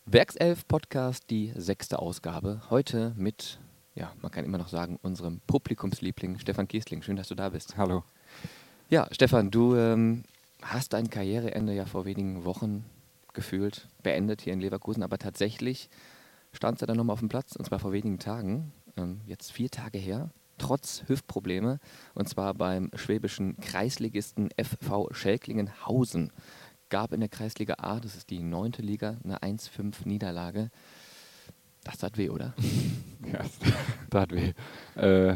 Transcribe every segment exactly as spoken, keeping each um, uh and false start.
Werkself Podcast, die sechste Ausgabe. Heute mit, ja, man kann immer noch sagen, unserem Publikumsliebling Stefan Kiesling. Schön, dass du da bist. Hallo. Ja, Stefan, du ähm, hast dein Karriereende ja vor wenigen Wochen gefühlt beendet hier in Leverkusen, aber tatsächlich standst du dann nochmal auf dem Platz, und zwar vor wenigen Tagen, ähm, jetzt vier Tage her, trotz Hüftprobleme, und zwar beim schwäbischen Kreisligisten F V Schelklingenhausen. Gab in der Kreisliga A, das ist die neunte Liga, eine eins fünf Niederlage. Das tat weh, oder? Ja, es tat weh. Äh,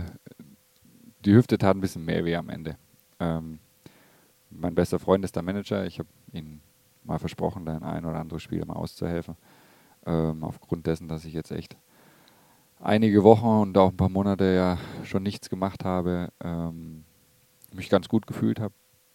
die Hüfte tat ein bisschen mehr weh am Ende. Ähm, mein bester Freund ist der Manager. Ich habe ihm mal versprochen, da ein oder andere Spiel mal auszuhelfen. Ähm, aufgrund dessen, dass ich jetzt echt einige Wochen und auch ein paar Monate ja schon nichts gemacht habe, ähm, mich ganz gut gefühlt habe.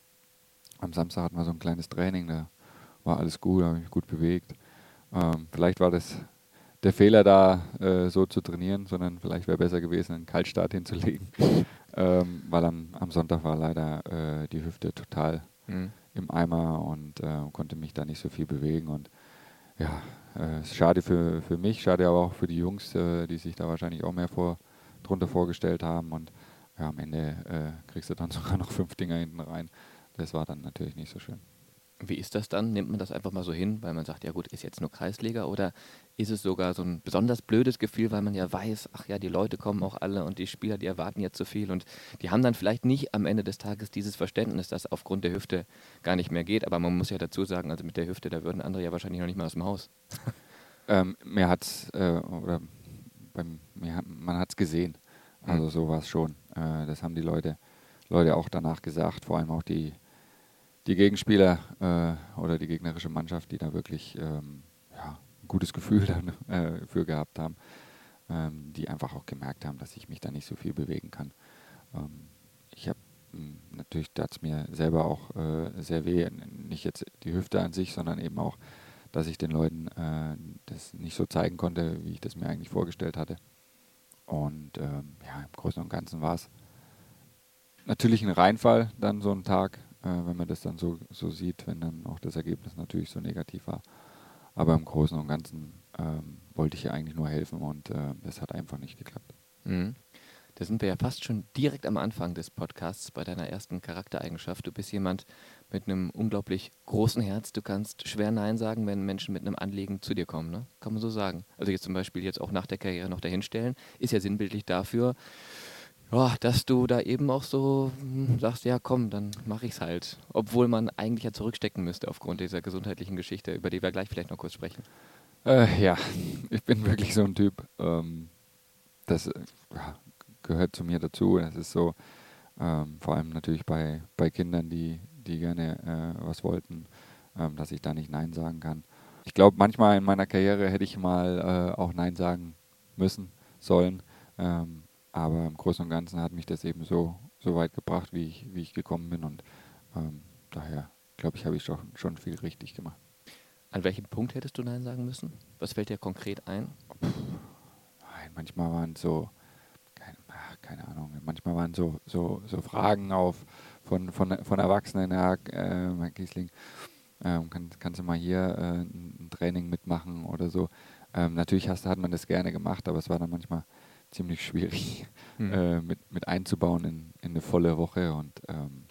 Am Samstag hatten wir so ein kleines Training, da war alles gut, habe mich gut bewegt. Ähm, vielleicht war das der Fehler da, äh, so zu trainieren, sondern vielleicht wäre besser gewesen, einen Kaltstart hinzulegen, ähm, weil am, am Sonntag war leider äh, die Hüfte total Mhm. im Eimer und äh, konnte mich da nicht so viel bewegen. Und ja, äh, ist schade für, für mich, schade aber auch für die Jungs, äh, die sich da wahrscheinlich auch mehr vor, drunter vorgestellt haben. Und ja, am Ende äh, kriegst du dann sogar noch fünf Dinger hinten rein. Das war dann natürlich nicht so schön. Wie ist das dann? Nimmt man das einfach mal so hin, weil man sagt, ja gut, ist jetzt nur Kreisliga? Oder ist es sogar so ein besonders blödes Gefühl, weil man ja weiß, ach ja, die Leute kommen auch alle und die Spieler, die erwarten jetzt so viel und die haben dann vielleicht nicht am Ende des Tages dieses Verständnis, dass aufgrund der Hüfte gar nicht mehr geht. Aber man muss ja dazu sagen, also mit der Hüfte, da würden andere ja wahrscheinlich noch nicht mal aus dem Haus. Ähm, mir hat's, äh, oder beim, mir, hat- man hat es gesehen. Also Mhm. so war es schon. Äh, das haben die Leute, Leute auch danach gesagt, vor allem auch die, die Gegenspieler äh, oder die gegnerische Mannschaft, die da wirklich ähm, ja, ein gutes Gefühl dann, äh, für gehabt haben, ähm, die einfach auch gemerkt haben, dass ich mich da nicht so viel bewegen kann. Ähm, ich habe natürlich, da hat es mir selber auch äh, sehr weh, nicht jetzt die Hüfte an sich, sondern eben auch, dass ich den Leuten äh, das nicht so zeigen konnte, wie ich das mir eigentlich vorgestellt hatte. Und ähm, ja, im Großen und Ganzen war es natürlich ein Reinfall dann so ein Tag, äh, wenn man das dann so, so sieht, wenn dann auch das Ergebnis natürlich so negativ war. Aber im Großen und Ganzen ähm, wollte ich ja eigentlich nur helfen und äh, es hat einfach nicht geklappt. Mhm. Da sind wir ja fast schon direkt am Anfang des Podcasts bei deiner ersten Charaktereigenschaft. Du bist jemand mit einem unglaublich großen Herz. Du kannst schwer Nein sagen, wenn Menschen mit einem Anliegen zu dir kommen, ne? Kann man so sagen. Also jetzt zum Beispiel jetzt auch nach der Karriere noch dahinstellen, ist ja sinnbildlich dafür, ja, dass du da eben auch so hm, sagst, ja komm, dann mache ich's halt. Obwohl man eigentlich ja zurückstecken müsste aufgrund dieser gesundheitlichen Geschichte, über die wir gleich vielleicht noch kurz sprechen. Äh, ja, ich bin wirklich so ein Typ. Ähm, das äh, ja, gehört zu mir dazu. Das ist so, ähm, vor allem natürlich bei, bei Kindern, die, die gerne äh, was wollten, ähm, dass ich da nicht Nein sagen kann. Ich glaube, manchmal in meiner Karriere hätte ich mal äh, auch Nein sagen müssen, sollen. Ähm, aber im Großen und Ganzen hat mich das eben so, so weit gebracht, wie ich, wie ich gekommen bin. Und ähm, daher glaube ich, habe ich schon, schon viel richtig gemacht. An welchem Punkt hättest du Nein sagen müssen? Was fällt dir konkret ein? Nein, manchmal waren es so, keine, ach, keine Ahnung, manchmal waren so, so, so Fragen auf von, von, von Erwachsenen, ja, äh, Herr Kiesling, ähm, kann, kannst du mal hier äh, ein Training mitmachen oder so. Ähm, natürlich hast, hat man das gerne gemacht, aber es war dann manchmal ziemlich schwierig Hm. äh, mit, mit einzubauen in, in eine volle Woche und ähm,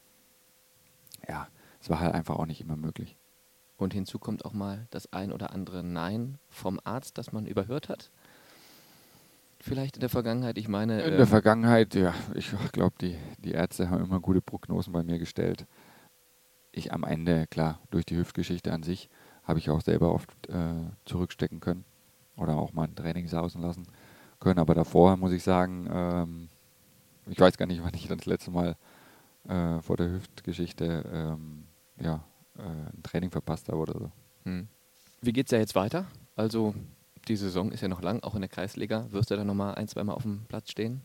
ja, es war halt einfach auch nicht immer möglich. Und hinzu kommt auch mal das ein oder andere Nein vom Arzt, das man überhört hat. Vielleicht in der Vergangenheit. Ich meine, In der ähm, Vergangenheit, ja, ich glaube, die, die Ärzte haben immer gute Prognosen bei mir gestellt. Ich am Ende, klar, durch die Hüftgeschichte an sich, habe ich auch selber oft äh, zurückstecken können oder auch mal ein Training sausen lassen können. Aber davor muss ich sagen, ähm, ich weiß gar nicht, wann ich dann das letzte Mal äh, vor der Hüftgeschichte ähm, ja, äh, ein Training verpasst habe oder so. hm. Wie geht's ja jetzt weiter? Also, die Saison ist ja noch lang, auch in der Kreisliga. Wirst du da nochmal ein, zweimal auf dem Platz stehen?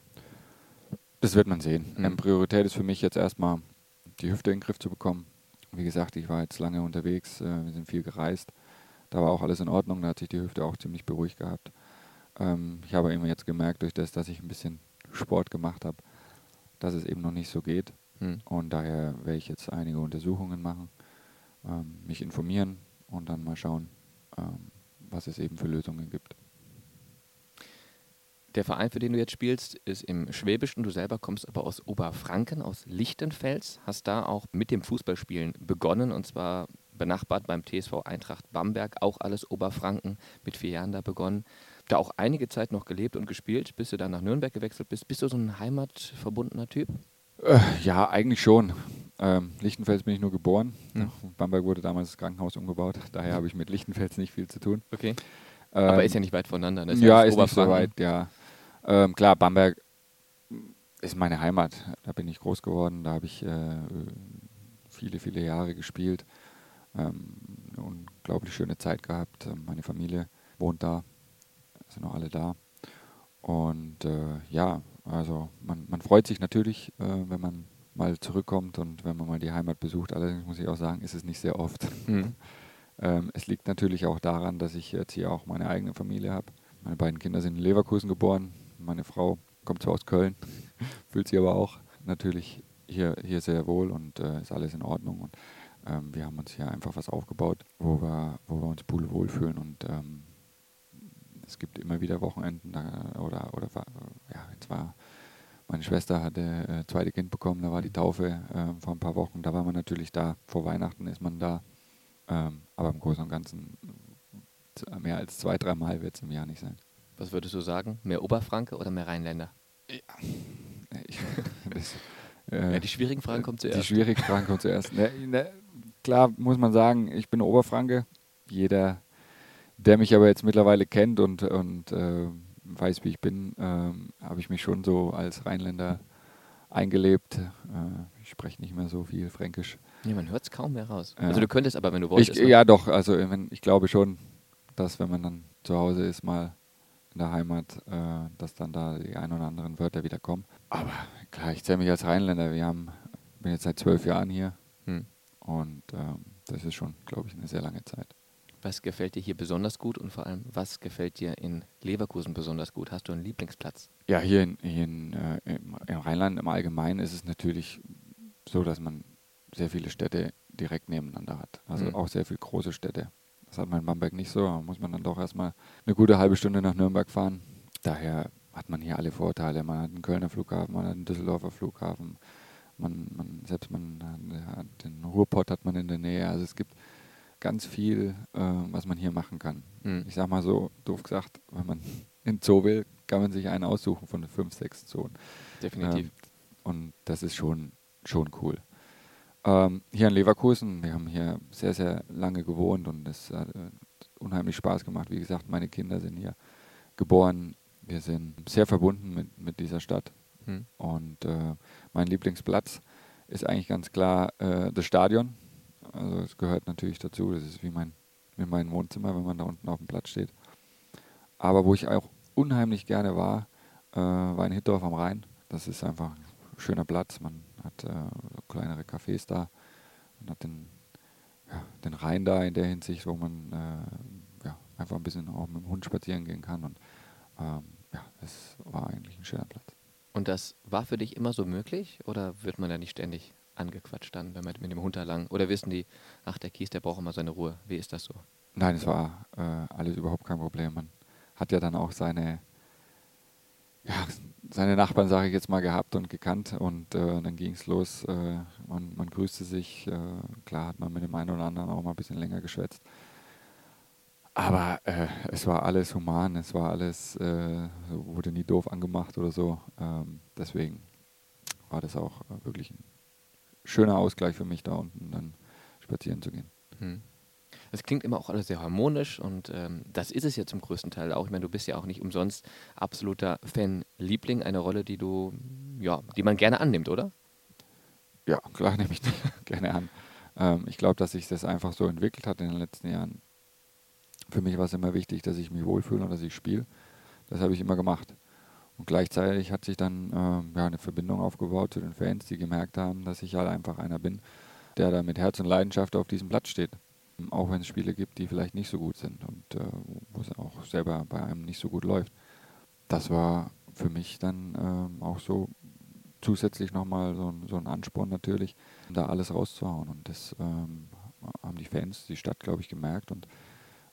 Das wird man sehen. Ähm, Hm. Priorität ist für mich jetzt erstmal, die Hüfte in den Griff zu bekommen. Wie gesagt, ich war jetzt lange unterwegs, äh, wir sind viel gereist. Da war auch alles in Ordnung, da hat sich die Hüfte auch ziemlich beruhigt gehabt. Ähm, ich habe eben jetzt gemerkt, durch das, dass ich ein bisschen Sport gemacht habe, dass es eben noch nicht so geht. Hm. Und daher werde ich jetzt einige Untersuchungen machen, ähm, mich informieren und dann mal schauen, ähm, was es eben für Lösungen gibt. Der Verein, für den du jetzt spielst, ist im Schwäbischen. Du selber kommst aber aus Oberfranken, aus Lichtenfels. Hast da auch mit dem Fußballspielen begonnen und zwar benachbart beim T S V Eintracht Bamberg. Auch alles Oberfranken, mit vier Jahren da begonnen. Da auch einige Zeit noch gelebt und gespielt, bis du dann nach Nürnberg gewechselt bist. Bist du so ein heimatverbundener Typ? Äh, ja, eigentlich schon. Ähm, Lichtenfels bin ich nur geboren. Hm. Bamberg wurde damals das Krankenhaus umgebaut. Daher habe ich mit Lichtenfels nicht viel zu tun. Okay. Ähm, aber ist ja nicht weit voneinander. Das ja, das ist nicht so weit, ja. Ähm, klar, Bamberg ist meine Heimat. Da bin ich groß geworden. Da habe ich äh, viele, viele Jahre gespielt. Ähm, eine unglaublich schöne Zeit gehabt. Meine Familie wohnt da, sind auch alle da. Und äh, ja, also man, man freut sich natürlich, äh, wenn man mal zurückkommt und wenn man mal die Heimat besucht. Allerdings muss ich auch sagen, ist es nicht sehr oft. Mhm. ähm, es liegt natürlich auch daran, dass ich jetzt hier auch meine eigene Familie habe. Meine beiden Kinder sind in Leverkusen geboren. Meine Frau kommt zwar aus Köln, fühlt sich aber auch natürlich hier, hier sehr wohl und äh, ist alles in Ordnung. Und ähm, wir haben uns hier einfach was aufgebaut, wo wir, wo wir uns pudelwohl fühlen. Und ähm, es gibt immer wieder Wochenenden da, oder, oder ja, jetzt war meine Schwester hatte äh, zweite Kind bekommen, da war die Taufe äh, vor ein paar Wochen, da war man natürlich da, vor Weihnachten ist man da. Ähm, aber im Großen und Ganzen mehr als zwei, dreimal wird es im Jahr nicht sein. Was würdest du sagen? Mehr Oberfranke oder mehr Rheinländer? Ja, ich, das, äh, ja, die schwierigen Fragen kommen zuerst. Die schwierigen Fragen kommen zuerst. Ne, ne, klar muss man sagen, ich bin Oberfranke. Jeder, der mich aber jetzt mittlerweile kennt und, und äh, weiß, wie ich bin, äh, habe ich mich schon so als Rheinländer eingelebt. Äh, ich spreche nicht mehr so viel Fränkisch. Nee, man hört es kaum mehr raus. Ja. Also du könntest aber, wenn du wolltest. Ich, ne? Ja, doch. Also wenn, ich glaube schon, dass wenn man dann zu Hause ist, mal in der Heimat, äh, dass dann da die ein oder anderen Wörter wieder kommen. Aber klar, ich zähle mich als Rheinländer. Wir haben, bin jetzt seit zwölf Jahren hier Hm. und ähm, das ist schon, glaube ich, eine sehr lange Zeit. Was gefällt dir hier besonders gut und vor allem, was gefällt dir in Leverkusen besonders gut? Hast du einen Lieblingsplatz? Ja, hier in, hier in, äh, im, im Rheinland im Allgemeinen ist es natürlich so, dass man sehr viele Städte direkt nebeneinander hat. Also Mhm. auch sehr viele große Städte. Das hat man in Bamberg nicht so. Da muss man dann doch erstmal eine gute halbe Stunde nach Nürnberg fahren. Daher hat man hier alle Vorteile. Man hat einen Kölner Flughafen, man hat einen Düsseldorfer Flughafen. Man, man, selbst man hat den Ruhrpott hat man in der Nähe. Also es gibt ganz viel, äh, was man hier machen kann. Mhm. Ich sag mal so, doof gesagt, wenn man in den Zoo will, kann man sich einen aussuchen von den fünf, sechs Zonen. Definitiv. Ähm, und das ist schon, schon cool. Ähm, hier in Leverkusen, wir haben hier sehr, sehr lange gewohnt und es hat äh, unheimlich Spaß gemacht. Wie gesagt, meine Kinder sind hier geboren. Wir sind sehr verbunden mit, mit dieser Stadt. Mhm. Und äh, mein Lieblingsplatz ist eigentlich ganz klar äh, das Stadion. Also es gehört natürlich dazu. Das ist wie mein, wie mein Wohnzimmer, wenn man da unten auf dem Platz steht. Aber wo ich auch unheimlich gerne war, äh, war in Hittorf am Rhein. Das ist einfach ein schöner Platz. Man hat äh, kleinere Cafés da. Man hat den, ja, den Rhein da in der Hinsicht, wo man äh, ja, einfach ein bisschen auch mit dem Hund spazieren gehen kann. Und ähm, ja, es war eigentlich ein schöner Platz. Und das war für dich immer so möglich oder wird man da nicht ständig angequatscht dann, wenn man mit dem Hund da lang? Oder wissen die, ach, der Kies, der braucht immer seine Ruhe. Wie ist das so? Nein, es war äh, alles überhaupt kein Problem. Man hat ja dann auch seine, ja, seine Nachbarn, sage ich jetzt mal, gehabt und gekannt. Und äh, dann ging es los. Äh, man, man grüßte sich. Äh, klar hat man mit dem einen oder anderen auch mal ein bisschen länger geschwätzt. Aber äh, es war alles human. Es war alles, äh, wurde nie doof angemacht oder so. Ähm, deswegen war das auch äh, wirklich ein schöner Ausgleich für mich, da unten dann spazieren zu gehen. Hm. Das klingt immer auch alles sehr harmonisch und ähm, das ist es ja zum größten Teil auch. Ich meine, du bist ja auch nicht umsonst absoluter Fan-Liebling, eine Rolle, die du, ja, die man gerne annimmt, oder? Ja, klar nehme ich die gerne an. Ähm, ich glaube, dass sich das einfach so entwickelt hat in den letzten Jahren. Für mich war es immer wichtig, dass ich mich wohlfühle und dass ich spiele. Das habe ich immer gemacht. Und gleichzeitig hat sich dann ähm, ja, eine Verbindung aufgebaut zu den Fans, die gemerkt haben, dass ich halt einfach einer bin, der da mit Herz und Leidenschaft auf diesem Platz steht. Auch wenn es Spiele gibt, die vielleicht nicht so gut sind und äh, wo es auch selber bei einem nicht so gut läuft. Das war für mich dann ähm, auch so zusätzlich nochmal so, so ein Ansporn natürlich, da alles rauszuhauen. Und das ähm, haben die Fans, die Stadt, glaube ich, gemerkt. Und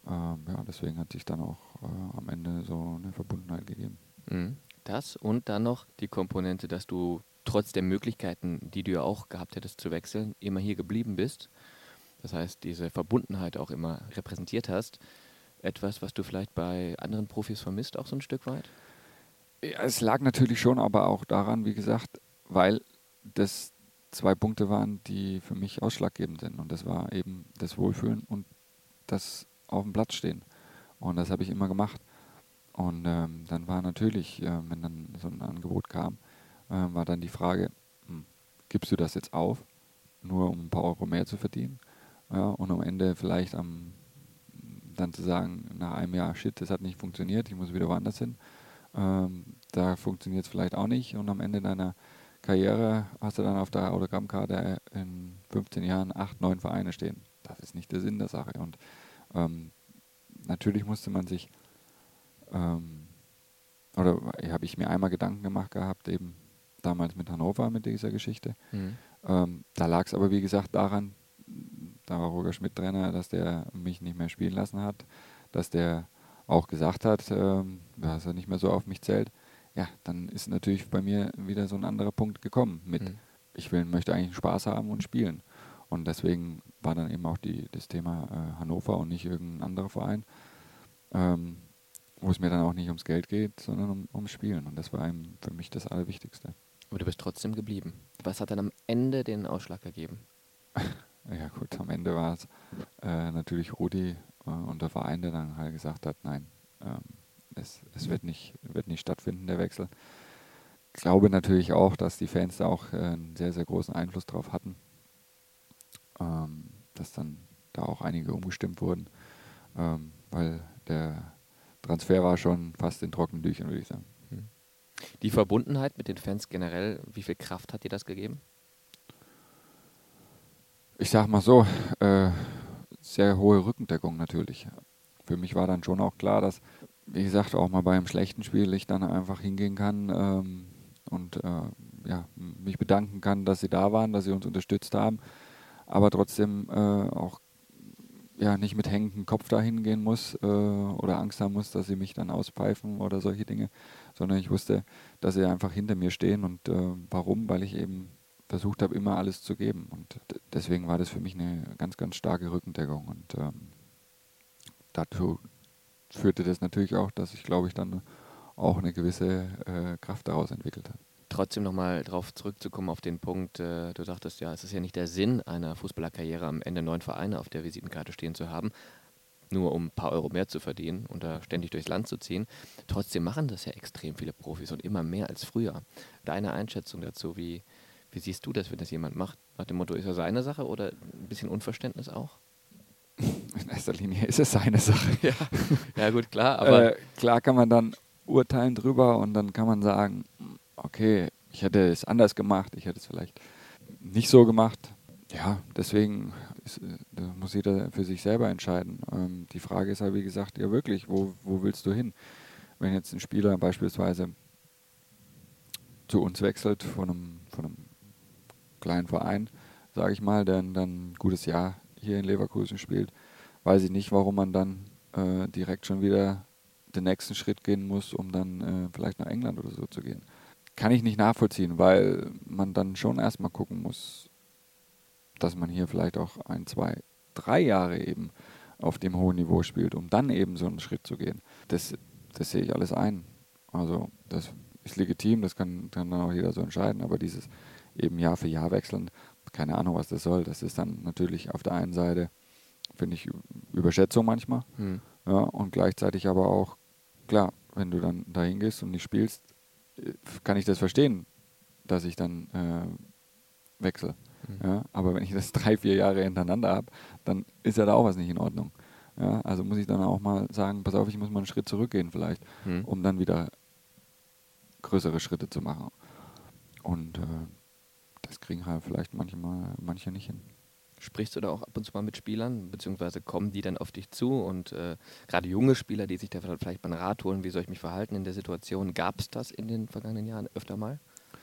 ähm, ja, deswegen hat sich dann auch äh, am Ende so eine Verbundenheit gegeben. Mhm. Das und dann noch die Komponente, dass du trotz der Möglichkeiten, die du ja auch gehabt hättest zu wechseln, immer hier geblieben bist. Das heißt, diese Verbundenheit auch immer repräsentiert hast. Etwas, was du vielleicht bei anderen Profis vermisst, auch so ein Stück weit? Ja, es lag natürlich schon aber auch daran, wie gesagt, weil das zwei Punkte waren, die für mich ausschlaggebend sind. Und das war eben das Wohlfühlen und das auf dem Platz stehen. Und das habe ich immer gemacht. Und ähm, dann war natürlich, äh, wenn dann so ein Angebot kam, äh, war dann die Frage, hm, gibst du das jetzt auf, nur um ein paar Euro mehr zu verdienen? Ja, und am Ende vielleicht am, dann zu sagen, nach einem Jahr, shit, das hat nicht funktioniert, ich muss wieder woanders hin. Ähm, da funktioniert es vielleicht auch nicht. Und am Ende deiner Karriere hast du dann auf der Autogrammkarte in fünfzehn Jahren acht, neun Vereine stehen. Das ist nicht der Sinn der Sache. Und ähm, natürlich musste man sich ähm, oder habe ich mir einmal Gedanken gemacht gehabt, eben damals mit Hannover, mit dieser Geschichte. Mhm. Ähm, da lag es aber, wie gesagt, daran, da war Roger Schmidt Trainer, dass der mich nicht mehr spielen lassen hat, dass der auch gesagt hat, ähm, dass er nicht mehr so auf mich zählt. Ja, dann ist natürlich bei mir wieder so ein anderer Punkt gekommen mit, Mhm. ich will, möchte eigentlich Spaß haben und spielen. Und deswegen war dann eben auch die, das Thema äh, Hannover und nicht irgendein anderer Verein. Ähm, wo es mir dann auch nicht ums Geld geht, sondern um, ums Spielen. Und das war eben für mich das Allerwichtigste. Aber du bist trotzdem geblieben. Was hat dann am Ende den Ausschlag gegeben? Ja gut, am Ende war es äh, natürlich Rudi äh, und der Verein, der dann halt gesagt hat, nein, ähm, es, es wird, nicht, wird nicht stattfinden, der Wechsel. Ich glaube natürlich auch, dass die Fans da auch äh, einen sehr, sehr großen Einfluss drauf hatten, ähm, dass dann da auch einige umgestimmt wurden, ähm, weil der Transfer war schon fast in trockenen Tüchern, würde ich sagen. Mhm. Die Verbundenheit mit den Fans generell, wie viel Kraft hat dir das gegeben? Ich sag mal so, äh, sehr hohe Rückendeckung natürlich. Für mich war dann schon auch klar, dass, wie gesagt, auch mal bei einem schlechten Spiel ich dann einfach hingehen kann ähm, und äh, ja, mich bedanken kann, dass sie da waren, dass sie uns unterstützt haben, aber trotzdem äh, auch ja, nicht mit hängendem Kopf dahin gehen muss äh, oder Angst haben muss, dass sie mich dann auspfeifen oder solche Dinge, sondern ich wusste, dass sie einfach hinter mir stehen und äh, warum, weil ich eben versucht habe, immer alles zu geben und d- deswegen war das für mich eine ganz, ganz starke Rückendeckung und ähm, dazu führte das natürlich auch, dass ich, glaube ich, dann auch eine gewisse äh, Kraft daraus entwickelt habe. Trotzdem nochmal darauf zurückzukommen auf den Punkt, äh, du sagtest ja, es ist ja nicht der Sinn einer Fußballerkarriere, am Ende neun Vereine auf der Visitenkarte stehen zu haben, nur um ein paar Euro mehr zu verdienen und da ständig durchs Land zu ziehen. Trotzdem machen das ja extrem viele Profis und immer mehr als früher. Deine Einschätzung dazu, wie, wie siehst du das, wenn das jemand macht? Nach dem Motto, ist er seine Sache oder ein bisschen Unverständnis auch? In erster Linie ist es seine Sache. Ja, ja gut, klar, aber Äh, klar kann man dann urteilen drüber und dann kann man sagen, okay, ich hätte es anders gemacht, ich hätte es vielleicht nicht so gemacht. Ja, deswegen ist, äh, da muss jeder für sich selber entscheiden. Ähm, die Frage ist halt, wie gesagt, ja wirklich, wo, wo willst du hin? Wenn jetzt ein Spieler beispielsweise zu uns wechselt von einem, von einem kleinen Verein, sage ich mal, der dann ein gutes Jahr hier in Leverkusen spielt, weiß ich nicht, warum man dann äh, direkt schon wieder den nächsten Schritt gehen muss, um dann äh, vielleicht nach England oder so zu gehen. Kann ich nicht nachvollziehen, weil man dann schon erstmal gucken muss, dass man hier vielleicht auch ein, zwei, drei Jahre eben auf dem hohen Niveau spielt, um dann eben so einen Schritt zu gehen. Das, das sehe ich alles ein. Also das ist legitim, das kann, kann dann auch jeder so entscheiden, aber dieses eben Jahr für Jahr wechseln, keine Ahnung, was das soll. Das ist dann natürlich auf der einen Seite, finde ich, Überschätzung manchmal. hm. Ja, und gleichzeitig aber auch, klar, wenn du dann dahin gehst und nicht spielst, äh, kann ich das verstehen, dass ich dann äh, wechsle. Hm. Ja, aber wenn ich das drei, vier Jahre hintereinander habe, dann ist ja da auch was nicht in Ordnung. Ja, also muss ich dann auch mal sagen, pass auf, ich muss mal einen Schritt zurückgehen vielleicht, Hm. um dann wieder größere Schritte zu machen. Und äh, das kriegen halt vielleicht manchmal manche nicht hin. Sprichst du da auch ab und zu mal mit Spielern, beziehungsweise kommen die dann auf dich zu und äh, gerade junge Spieler, die sich da vielleicht mal einen Rat holen, wie soll ich mich verhalten in der Situation, gab es das in den vergangenen Jahren öfter mal?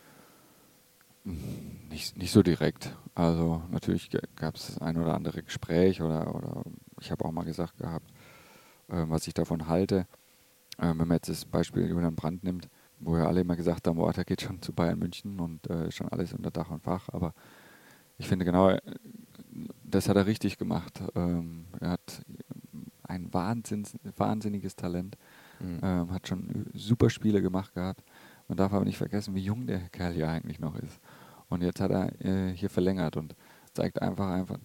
Nicht, nicht so direkt. Also natürlich gab es das ein oder andere Gespräch oder, oder ich habe auch mal gesagt gehabt, äh, was ich davon halte. Äh, wenn man jetzt das Beispiel Julian Brandt nimmt, wo ja alle immer gesagt haben, boah, der geht schon zu Bayern München und äh, schon alles unter Dach und Fach, aber ich finde genau, äh, das hat er richtig gemacht. Ähm, er hat ein Wahnsinns, wahnsinniges Talent, Mhm. ähm, hat schon super Spiele gemacht gehabt. Man darf aber nicht vergessen, wie jung der Kerl hier eigentlich noch ist. Und jetzt hat er äh, hier verlängert und zeigt einfach, einfach,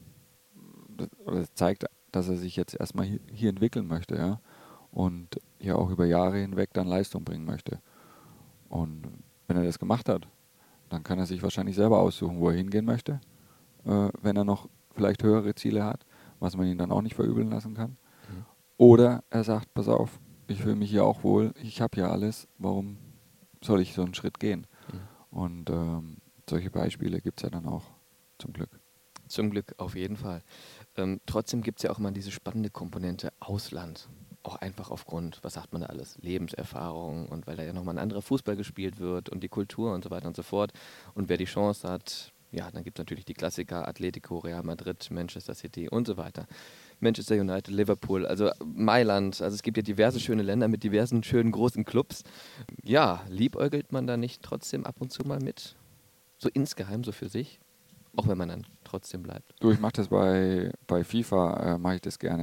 oder zeigt, dass er sich jetzt erstmal hier, hier entwickeln möchte, ja. Und hier auch über Jahre hinweg dann Leistung bringen möchte. Und wenn er das gemacht hat, dann kann er sich wahrscheinlich selber aussuchen, wo er hingehen möchte, äh, wenn er noch vielleicht höhere Ziele hat, was man ihn dann auch nicht verübeln lassen kann. Mhm. Oder er sagt, pass auf, ich fühle mich hier auch wohl, ich habe hier alles, warum soll ich so einen Schritt gehen? Mhm. Und ähm, solche Beispiele gibt es ja dann auch, zum Glück. Zum Glück auf jeden Fall. Ähm, trotzdem gibt es ja auch immer diese spannende Komponente Ausland. Auch einfach aufgrund, was sagt man da alles, Lebenserfahrung und weil da ja nochmal ein anderer Fußball gespielt wird und die Kultur und so weiter und so fort. Und wer die Chance hat, ja, dann gibt es natürlich die Klassiker, Atletico, Real Madrid, Manchester City und so weiter. Manchester United, Liverpool, also Mailand. Also es gibt ja diverse schöne Länder mit diversen schönen großen Clubs. Ja, liebäugelt man da nicht trotzdem ab und zu mal mit? So insgeheim, so für sich? Auch wenn man dann trotzdem bleibt. Du, ich mache das bei, bei FIFA, äh, mache ich das gerne.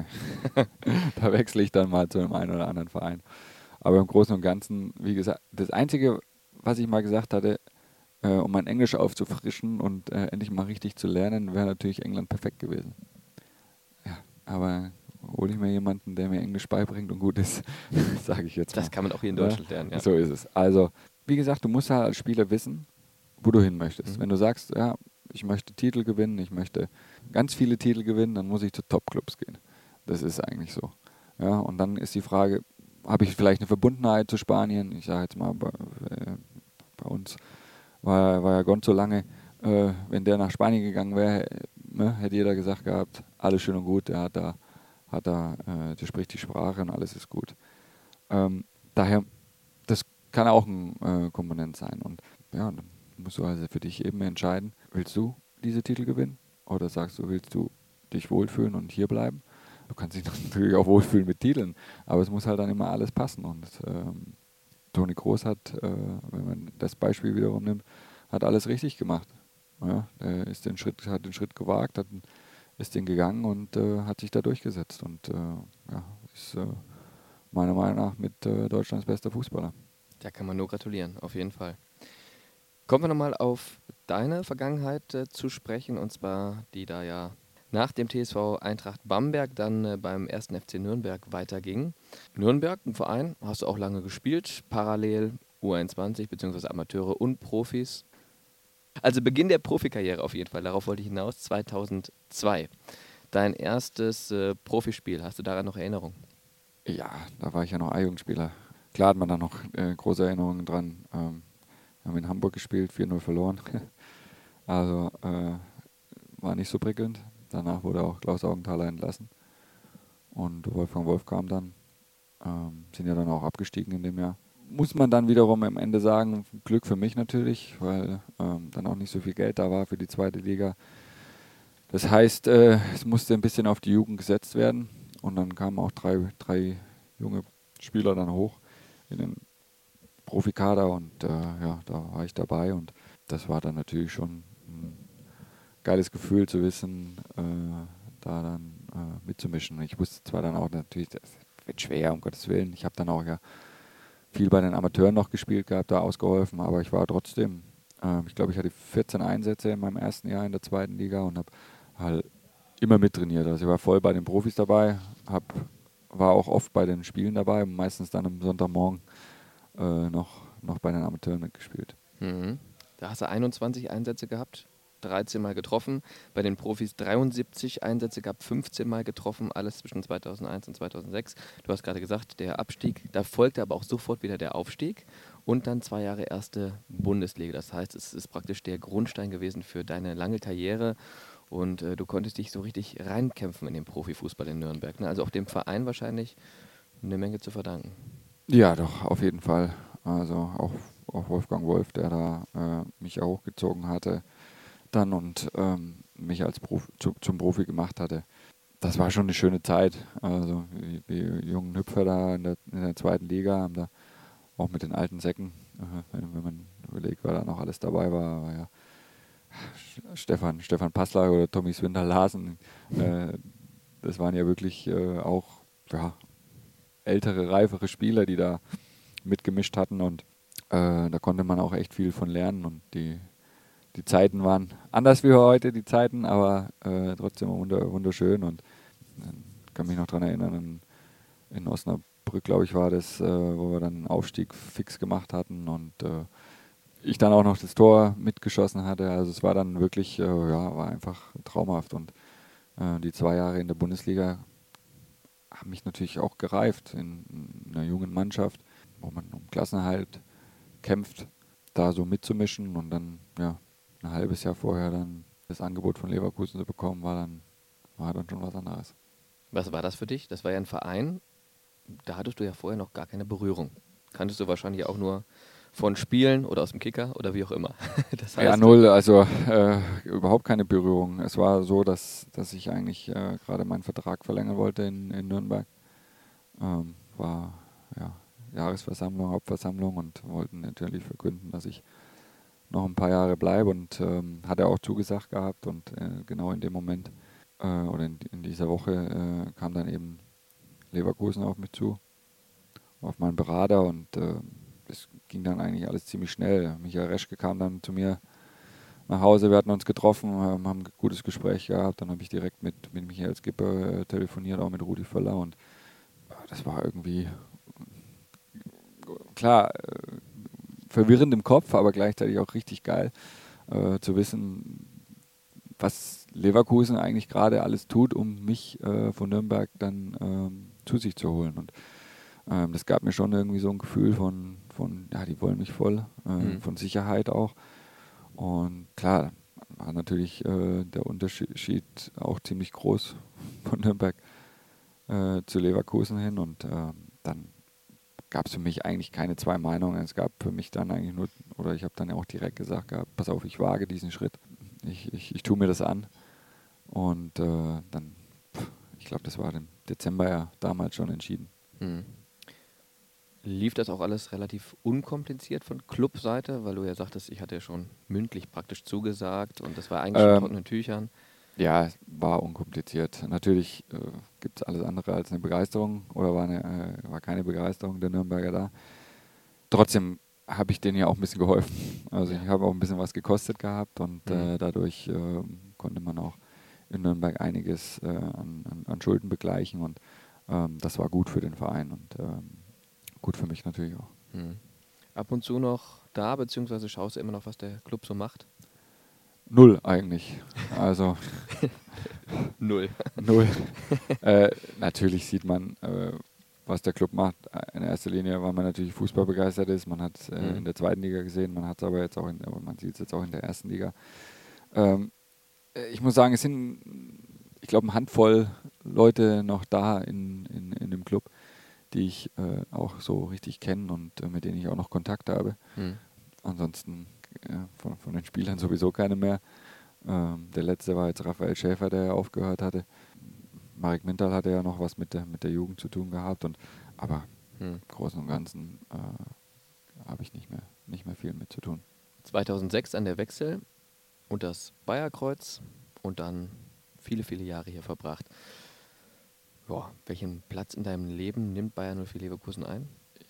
Da wechsle ich dann mal zu einem einen oder anderen Verein. Aber im Großen und Ganzen, wie gesagt, das Einzige, was ich mal gesagt hatte, äh, um mein Englisch aufzufrischen und äh, endlich mal richtig zu lernen, wäre natürlich England perfekt gewesen. Ja, aber hole ich mir jemanden, der mir Englisch beibringt und gut ist, sage ich jetzt Das mal. kann man auch hier in Ne? Deutschland lernen, ja. So ist es. Also, wie gesagt, du musst halt als Spieler wissen, wo du hin möchtest. Mhm. Wenn du sagst, ja, ich möchte Titel gewinnen, ich möchte ganz viele Titel gewinnen, dann muss ich zu Top-Clubs gehen. Das ist eigentlich so. Ja, und dann ist die Frage, habe ich vielleicht eine Verbundenheit zu Spanien? Ich sage jetzt mal, bei, äh, bei uns war, war ja Gonzo lange, äh, wenn der nach Spanien gegangen wäre, ne, hätte jeder gesagt gehabt, alles schön und gut, der hat da, hat da, äh, der spricht die Sprache und alles ist gut. Ähm, daher, das kann auch ein äh, Komponent sein. Und ja, dann musst du also für dich eben entscheiden, willst du diese Titel gewinnen? Oder sagst du, willst du dich wohlfühlen und hier bleiben? Du kannst dich natürlich auch wohlfühlen mit Titeln, aber es muss halt dann immer alles passen. Und ähm, Toni Kroos hat, äh, wenn man das Beispiel wiederum nimmt, hat alles richtig gemacht. Ja, er ist den Schritt, hat den Schritt gewagt, hat, ist den gegangen und äh, hat sich da durchgesetzt. Und äh, ja, ist äh, meiner Meinung nach mit äh, Deutschlands bester Fußballer. Da kann man nur gratulieren, auf jeden Fall. Kommen wir nochmal auf deine Vergangenheit äh, zu sprechen, und zwar die da ja nach dem T S V Eintracht Bamberg dann äh, beim ersten F C Nürnberg weiterging. Nürnberg, ein Verein, hast du auch lange gespielt, parallel U einundzwanzig bzw. Amateure und Profis. Also Beginn der Profikarriere auf jeden Fall, darauf wollte ich hinaus, zweitausendzwei. Dein erstes äh, Profispiel, hast du daran noch Erinnerung? Ja, da war ich ja noch A-Jugendspieler. Klar hat man da noch äh, große Erinnerungen dran. Ähm, wir haben in Hamburg gespielt, vier null verloren. Also äh, war nicht so prickelnd. Danach wurde auch Klaus Augenthaler entlassen. Und Wolfgang Wolf kam dann. Ähm, sind ja dann auch abgestiegen in dem Jahr. Muss man dann wiederum am Ende sagen, Glück für mich natürlich, weil ähm, dann auch nicht so viel Geld da war für die zweite Liga. Das heißt, äh, es musste ein bisschen auf die Jugend gesetzt werden. Und dann kamen auch drei, drei junge Spieler dann hoch in den Profikader und äh, ja, da war ich dabei und das war dann natürlich schon ein geiles Gefühl zu wissen, äh, da dann äh, mitzumischen. Ich wusste zwar dann auch natürlich, das wird schwer, um Gottes Willen. Ich habe dann auch ja viel bei den Amateuren noch gespielt gehabt, da ausgeholfen, aber ich war trotzdem, äh, ich glaube, ich hatte vierzehn Einsätze in meinem ersten Jahr in der zweiten Liga und habe halt immer mittrainiert. Also ich war voll bei den Profis dabei, hab, war auch oft bei den Spielen dabei, meistens dann am Sonntagmorgen äh, noch, noch bei den Amateuren mitgespielt. Mhm. Da hast du einundzwanzig Einsätze gehabt, dreizehn Mal getroffen. Bei den Profis dreiundsiebzig Einsätze gehabt, fünfzehn Mal getroffen, alles zwischen zweitausendeins und zweitausendsechs. Du hast gerade gesagt, der Abstieg, da folgte aber auch sofort wieder der Aufstieg und dann zwei Jahre erste Bundesliga. Das heißt, es ist praktisch der Grundstein gewesen für deine lange Karriere und äh, du konntest dich so richtig reinkämpfen in den Profifußball in Nürnberg. Ne? Also auch dem Verein wahrscheinlich eine Menge zu verdanken. Ja, doch, auf jeden Fall. Also auch, auch Wolfgang Wolf, der da äh, mich auch hochgezogen hatte dann und ähm, mich als Profi, zu, zum Profi gemacht hatte. das war schon eine schöne Zeit. Also die, die jungen Hüpfer da in der, in der zweiten Liga haben da auch mit den alten Säcken, äh, wenn, wenn man überlegt, wer da noch alles dabei war, war ja Stefan, Stefan Passlager oder Tommy Swinder Larsen. Äh, das waren ja wirklich äh, auch ja, ältere, reifere Spieler, die da mitgemischt hatten und äh, da konnte man auch echt viel von lernen und die, die Zeiten waren anders wie heute, die Zeiten, aber äh, trotzdem wunder, wunderschön und ich kann mich noch daran erinnern, in, in Osnabrück, glaube ich, war das, äh, wo wir dann einen Aufstieg fix gemacht hatten und äh, ich dann auch noch das Tor mitgeschossen hatte. Also es war dann wirklich, äh, ja, war einfach traumhaft und äh, die zwei Jahre in der Bundesliga haben mich natürlich auch gereift in, in einer jungen Mannschaft, wo man um Klassenerhalt kämpft, da so mitzumischen und dann, ja, ein halbes Jahr vorher dann das Angebot von Leverkusen zu bekommen, war dann, war dann schon was anderes. Was war das für dich? Das war ja ein Verein, da hattest du ja vorher noch gar keine Berührung. Kanntest du wahrscheinlich auch nur von Spielen oder aus dem Kicker oder wie auch immer. Das Ja, heißt, null, also äh, überhaupt keine Berührung. Es war so, dass, dass ich eigentlich äh, gerade meinen Vertrag verlängern wollte in, in Nürnberg. Ähm, war ja, Jahresversammlung, Hauptversammlung und wollten natürlich verkünden, dass ich noch ein paar Jahre bleibe und ähm, hat er auch zugesagt gehabt und äh, genau in dem Moment äh, oder in, in dieser Woche äh, kam dann eben Leverkusen auf mich zu, auf meinen Berater und äh, es ging dann eigentlich alles ziemlich schnell. Michael Reschke kam dann zu mir nach Hause, wir hatten uns getroffen, ähm, haben ein gutes Gespräch gehabt, dann habe ich direkt mit, mit Michael Skipper äh, telefoniert, auch mit Rudi Völler und äh, das war irgendwie, klar, äh, verwirrend im Kopf, aber gleichzeitig auch richtig geil äh, zu wissen, was Leverkusen eigentlich gerade alles tut, um mich äh, von Nürnberg dann ähm, zu sich zu holen. Und ähm, das gab mir schon irgendwie so ein Gefühl von, von ja, die wollen mich voll, äh, Mhm. von Sicherheit auch. Und klar, war natürlich äh, der Unterschied auch ziemlich groß von Nürnberg äh, zu Leverkusen hin. Und ähm, dann gab es für mich eigentlich keine zwei Meinungen. Es gab für mich dann eigentlich nur, oder ich habe dann auch direkt gesagt gehabt, pass auf, ich wage diesen Schritt. Ich, ich, ich tue mir das an. Und äh, dann, ich glaube, das war im Dezember ja damals schon entschieden. Mhm. Lief das auch alles relativ unkompliziert von Clubseite, weil du ja sagtest, ich hatte ja schon mündlich praktisch zugesagt und das war eigentlich schon in Ähm, trockenen Tüchern. ja, es war unkompliziert. Natürlich äh, gibt es alles andere als eine Begeisterung oder war, eine, äh, war keine Begeisterung der Nürnberger da. Trotzdem habe ich denen ja auch ein bisschen geholfen. Also Ja. ich habe auch ein bisschen was gekostet gehabt und Mhm. äh, dadurch äh, konnte man auch in Nürnberg einiges äh, an, an, an Schulden begleichen und ähm, das war gut für den Verein und ähm, gut für mich natürlich auch. Mhm. Ab und zu noch da, beziehungsweise schaust du immer noch, was der Club so macht? Null eigentlich. Also Null. null. äh, natürlich sieht man, äh, was der Club macht. In erster Linie, weil man natürlich Fußball begeistert ist. Man hat es äh, Mhm. in der zweiten Liga gesehen, man hat es aber jetzt auch in, aber man sieht es jetzt auch in der ersten Liga. Ähm, äh, ich muss sagen, es sind, ich glaube, eine Handvoll Leute noch da in, in, in dem Club, die ich äh, auch so richtig kenne und äh, mit denen ich auch noch Kontakt habe. Mhm. Ansonsten äh, von, von den Spielern sowieso keine mehr. Ähm, der letzte war jetzt Raphael Schäfer, der ja aufgehört hatte. Marek Mintal hatte ja noch was mit der, mit der Jugend zu tun gehabt. Und, aber Mhm. im Großen und Ganzen äh, habe ich nicht mehr, nicht mehr viel mit zu tun. zweitausendsechs dann der Wechsel und das Bayerkreuz und dann viele, viele Jahre hier verbracht. Boah, welchen Platz in deinem Leben nimmt Bayern null vier Leverkusen ein?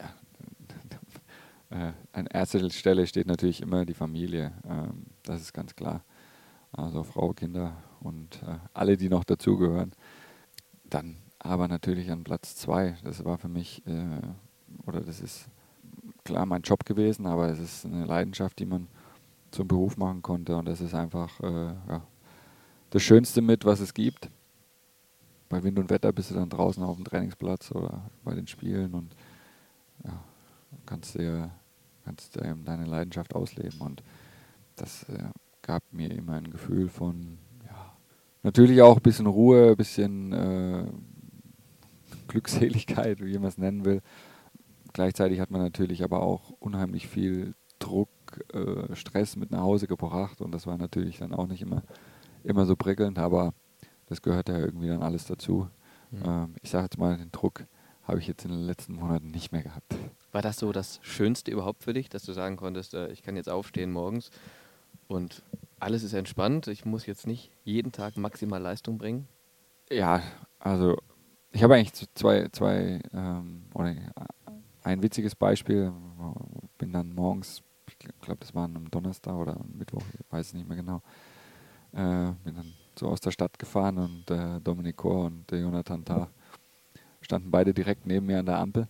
Äh, an erster Stelle steht natürlich immer die Familie. Ähm, das ist ganz klar. Also Frau, Kinder und äh, alle, die noch dazugehören. Dann aber natürlich an Platz zwei. Das war für mich, äh, oder das ist klar mein Job gewesen, aber es ist eine Leidenschaft, die man zum Beruf machen konnte. Und das ist einfach äh, ja, das Schönste mit, was es gibt. Bei Wind und Wetter bist du dann draußen auf dem Trainingsplatz oder bei den Spielen und ja, kannst dir kannst äh, deine Leidenschaft ausleben. Und das äh, gab mir immer ein Gefühl von, ja, natürlich auch ein bisschen Ruhe, ein bisschen äh, Glückseligkeit, wie man es nennen will. Gleichzeitig hat man natürlich aber auch unheimlich viel Druck, äh, Stress mit nach Hause gebracht und das war natürlich dann auch nicht immer, immer so prickelnd, aber das gehört ja irgendwie dann alles dazu. Mhm. Ähm, ich sage jetzt mal, den Druck habe ich jetzt in den letzten Monaten nicht mehr gehabt. War das so das Schönste überhaupt für dich, dass du sagen konntest, äh, ich kann jetzt aufstehen morgens und alles ist entspannt, ich muss jetzt nicht jeden Tag maximal Leistung bringen? Ja, also ich habe eigentlich so zwei, zwei ähm, oder ein witziges Beispiel. Bin dann morgens, ich glaube, das war am Donnerstag oder am Mittwoch, ich weiß es nicht mehr genau, äh, bin dann so aus der Stadt gefahren und äh, Dominik Kor und der Jonathan Tah standen beide direkt neben mir an der Ampel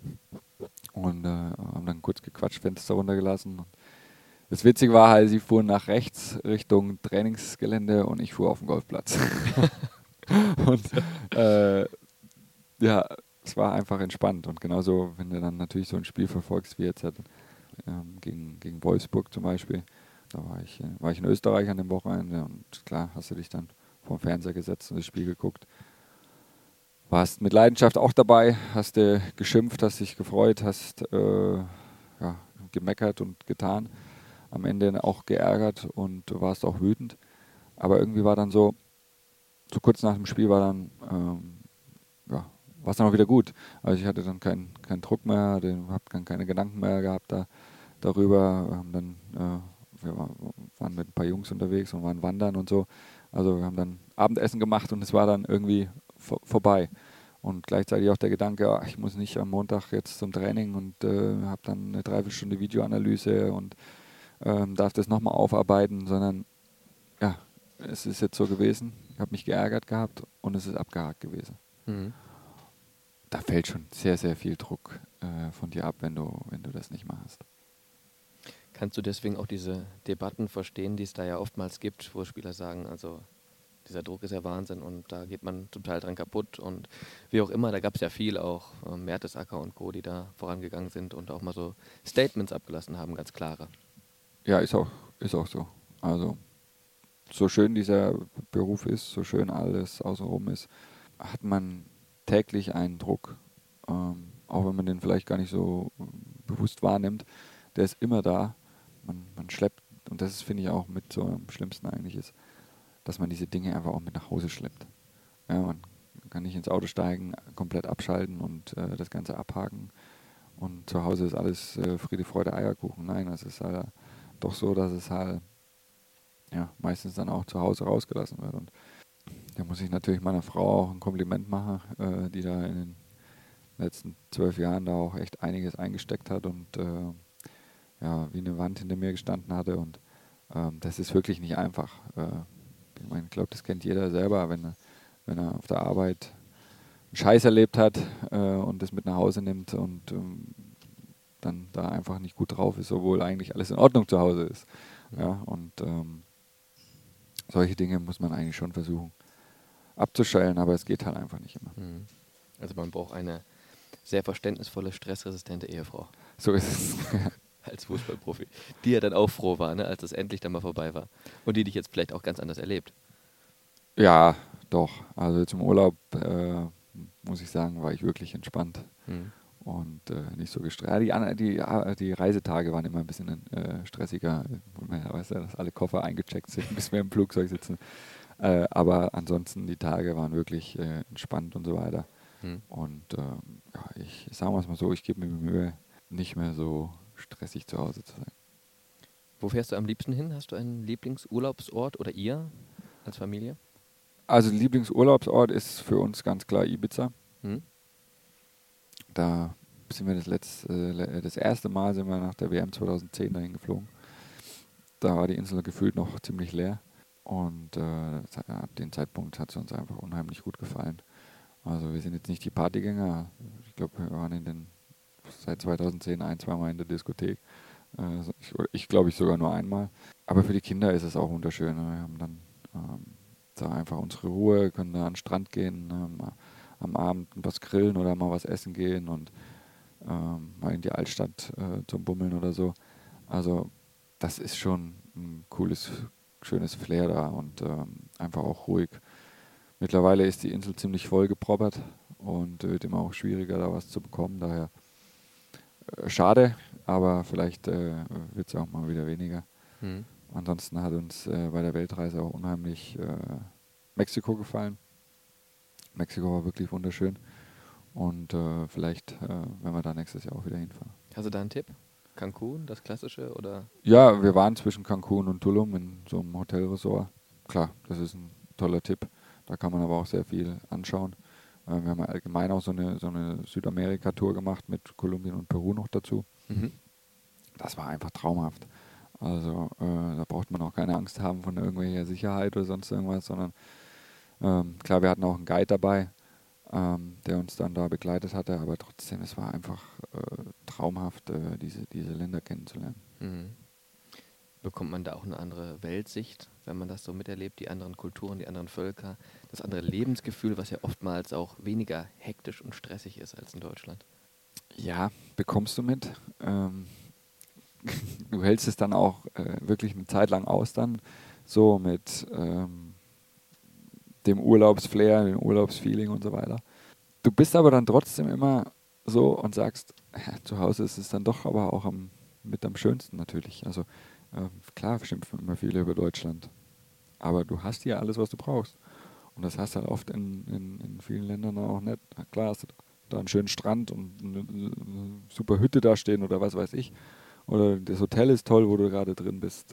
und äh, haben dann kurz gequatscht, Fenster runtergelassen. Und das Witzige war halt, sie fuhren nach rechts Richtung Trainingsgelände und ich fuhr auf den Golfplatz. und äh, ja, es war einfach entspannt. Und genauso, wenn du dann natürlich so ein Spiel verfolgst, wie jetzt halt, ähm, gegen, gegen Wolfsburg zum Beispiel, da war ich, äh, war ich in Österreich an dem Wochenende und klar, hast du dich dann vorm Fernseher gesetzt und das Spiel geguckt. Warst mit Leidenschaft auch dabei, hast du geschimpft, hast dich gefreut, hast äh, ja, gemeckert und getan. Am Ende auch geärgert und warst auch wütend. Aber irgendwie war dann so, so kurz nach dem Spiel war dann, ähm, ja, war es dann auch wieder gut. Also ich hatte dann keinen keinen Druck mehr, habe dann keine Gedanken mehr gehabt da, darüber. Wir haben dann, äh, wir war, waren mit ein paar Jungs unterwegs und waren wandern und so. Also wir haben dann Abendessen gemacht und es war dann irgendwie vor, vorbei. Und gleichzeitig auch der Gedanke, ja, ich muss nicht am Montag jetzt zum Training und äh, habe dann eine Dreiviertelstunde Videoanalyse und ähm, darf das nochmal aufarbeiten, sondern ja, es ist jetzt so gewesen. Ich habe mich geärgert gehabt und es ist abgehakt gewesen. Mhm. Da fällt schon sehr, sehr viel Druck äh, von dir ab, wenn du, wenn du das nicht machst. Kannst du deswegen auch diese Debatten verstehen, die es da ja oftmals gibt, wo Spieler sagen, also dieser Druck ist ja Wahnsinn und da geht man zum Teil dran kaputt und wie auch immer, da gab es ja viel auch, äh, Mertesacker und Co., die da vorangegangen sind und auch mal so Statements abgelassen haben, ganz klare. Ja, ist auch, ist auch so. Also so schön dieser Beruf ist, so schön alles außenrum ist, hat man täglich einen Druck, ähm, auch wenn man den vielleicht gar nicht so äh, bewusst wahrnimmt, der ist immer da. Man, man schleppt, und das ist, finde ich, auch mit so am schlimmsten eigentlich ist, dass man diese Dinge einfach auch mit nach Hause schleppt. Ja, man kann nicht ins Auto steigen, komplett abschalten und äh, das Ganze abhaken und zu Hause ist alles äh, Friede, Freude, Eierkuchen. Nein, es ist halt doch so, dass es halt ja, meistens dann auch zu Hause rausgelassen wird. Und da muss ich natürlich meiner Frau auch ein Kompliment machen, äh, die da in den letzten zwölf Jahren da auch echt einiges eingesteckt hat und äh, ja, wie eine Wand hinter mir gestanden hatte. Und ähm, das ist wirklich nicht einfach. Äh, ich meine, ich glaube, das kennt jeder selber, wenn, wenn er auf der Arbeit einen Scheiß erlebt hat äh, und das mit nach Hause nimmt und ähm, dann da einfach nicht gut drauf ist, obwohl eigentlich alles in Ordnung zu Hause ist. Ja, und ähm, solche Dinge muss man eigentlich schon versuchen abzuschalten, aber es geht halt einfach nicht immer. Mhm. Also man braucht eine sehr verständnisvolle, stressresistente Ehefrau So ist es. als Fußballprofi, die ja dann auch froh war, ne, als es endlich dann mal vorbei war und die dich jetzt vielleicht auch ganz anders erlebt. Ja, doch. Also zum Urlaub, äh, muss ich sagen, war ich wirklich entspannt Mhm. und äh, nicht so gestresst. Die, an- die, äh, die Reisetage waren immer ein bisschen äh, stressiger, wo man ja weiß, ja, dass alle Koffer eingecheckt sind, bis wir im Flugzeug sitzen. Äh, aber ansonsten, die Tage waren wirklich äh, entspannt und so weiter. Mhm. Und ähm, ja, ich sagen wir es mal so, ich gebe mir Mühe, nicht mehr so stressig zu Hause zu sein. Wo fährst du am liebsten hin? Hast du einen Lieblingsurlaubsort oder ihr als Familie? Also Lieblingsurlaubsort ist für uns ganz klar Ibiza. Mhm. Da sind wir das, letzte, äh, das erste Mal sind wir nach der W M zweitausendzehn dahin geflogen. Da war die Insel gefühlt noch ziemlich leer. Und äh, ab dem Zeitpunkt hat es uns einfach unheimlich gut gefallen. Also wir sind jetzt nicht die Partygänger. Ich glaube, wir waren in den, seit zweitausendzehn ein, zwei Mal in der Diskothek. Äh, ich ich glaube ich sogar nur einmal. Aber für die Kinder ist es auch wunderschön. Wir haben dann ähm, da einfach unsere Ruhe, können da an den Strand gehen, ähm, am Abend was grillen oder mal was essen gehen und ähm, mal in die Altstadt äh, zum Bummeln oder so. Also das ist schon ein cooles, schönes Flair da und ähm, einfach auch ruhig. Mittlerweile ist die Insel ziemlich voll geproppert und wird immer auch schwieriger, da was zu bekommen. Daher äh, schade, aber vielleicht äh, wird es auch mal wieder weniger. Mhm. Ansonsten hat uns äh, bei der Weltreise auch unheimlich äh, Mexiko gefallen. Mexiko war wirklich wunderschön. Und äh, vielleicht, äh, wenn wir da nächstes Jahr auch wieder hinfahren. Hast du da einen Tipp? Cancun, das Klassische, oder? Ja, wir waren zwischen Cancun und Tulum in so einem Hotelresort. Klar, das ist ein toller Tipp. Da kann man aber auch sehr viel anschauen. Äh, wir haben allgemein auch so eine, so eine Südamerika-Tour gemacht mit Kolumbien und Peru noch dazu. Mhm. Das war einfach traumhaft. Also äh, da braucht man auch keine Angst haben von irgendwelcher Sicherheit oder sonst irgendwas, sondern ähm, klar, wir hatten auch einen Guide dabei, ähm, der uns dann da begleitet hatte, aber trotzdem, es war einfach äh, traumhaft, äh, diese, diese Länder kennenzulernen. Mhm. Bekommt man da auch eine andere Weltsicht, wenn man das so miterlebt, die anderen Kulturen, die anderen Völker, das andere Lebensgefühl, was ja oftmals auch weniger hektisch und stressig ist als in Deutschland? Ja, bekommst du mit. Ähm, du hältst es dann auch äh, wirklich eine Zeit lang aus dann, so mit ähm, dem Urlaubsflair, dem Urlaubsfeeling und so weiter. Du bist aber dann trotzdem immer so und sagst, ja, zu Hause ist es dann doch aber auch am, mit am schönsten natürlich. Also ähm, klar schimpfen immer viele über Deutschland, aber du hast hier alles, was du brauchst. Und das hast du halt oft in, in, in vielen Ländern auch nicht. Na klar hast du da einen schönen Strand und eine, eine super Hütte da stehen oder was weiß ich. Oder das Hotel ist toll, wo du gerade drin bist.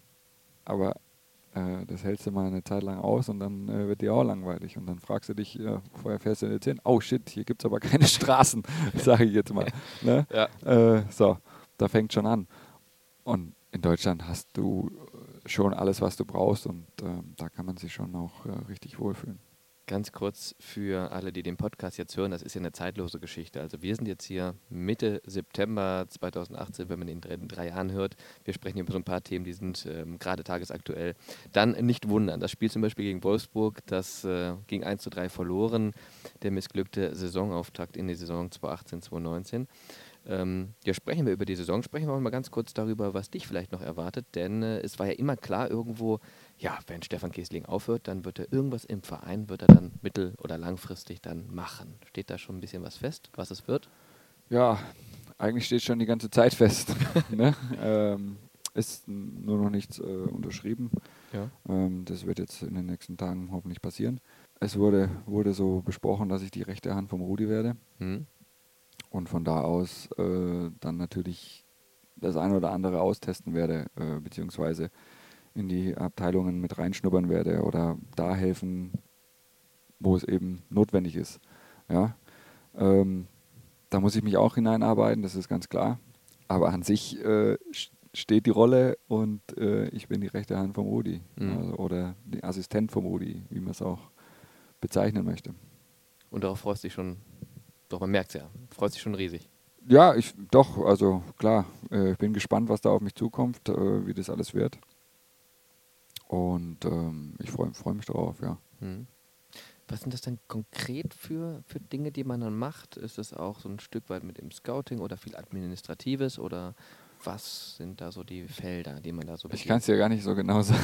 Aber äh, das hältst du mal eine Zeit lang aus und dann äh, wird dir auch langweilig. Und dann fragst du dich, äh, vorher fährst du jetzt hin, oh shit, hier gibt es aber keine Straßen, sage ich jetzt mal. Ne? Ja. Äh, so, da fängt schon an. Und in Deutschland hast du schon alles, was du brauchst und äh, da kann man sich schon auch äh, richtig wohlfühlen. Ganz kurz für alle, die den Podcast jetzt hören, das ist ja eine zeitlose Geschichte. Also wir sind jetzt hier Mitte September zweitausendachtzehn, wenn man ihn in drei Jahren hört. Wir sprechen über so ein paar Themen, die sind ähm, gerade tagesaktuell. Dann nicht wundern, das Spiel zum Beispiel gegen Wolfsburg, das äh, ging eins zu drei verloren. Der missglückte Saisonauftakt in die Saison zweitausendachtzehn zweitausendneunzehn. Ähm, ja, sprechen wir über die Saison, sprechen wir auch mal ganz kurz darüber, was dich vielleicht noch erwartet, denn äh, es war ja immer klar irgendwo, ja, wenn Stefan Kiesling aufhört, dann wird er irgendwas im Verein, wird er dann mittel- oder langfristig dann machen. Steht da schon ein bisschen was fest, was es wird? Ja, eigentlich steht schon die ganze Zeit fest. ne? ähm, ist nur noch nichts äh, unterschrieben. Ja. Ähm, das wird jetzt in den nächsten Tagen hoffentlich passieren. Es wurde, wurde so besprochen, dass ich die rechte Hand vom Rudi werde. Hm. Und von da aus äh, dann natürlich das eine oder andere austesten werde, äh, beziehungsweise in die Abteilungen mit reinschnuppern werde oder da helfen, wo es eben notwendig ist. Ja? Ähm, da muss ich mich auch hineinarbeiten, das ist ganz klar. Aber an sich äh, steht die Rolle und äh, ich bin die rechte Hand vom Rudi. Mhm. Also, oder die Assistent vom Rudi, wie man es auch bezeichnen möchte. Und darauf freust du dich schon, doch man merkt es ja, freust dich schon riesig. Ja, ich doch, also klar, äh, ich bin gespannt, was da auf mich zukommt, äh, wie das alles wird. Und ähm, ich freue freu mich drauf, ja. Mhm. Was sind das denn konkret für, für Dinge, die man dann macht? Ist es auch so ein Stück weit mit dem Scouting oder viel Administratives oder was sind da so die Felder, die man da so Ich kann es dir gar nicht so genau sagen,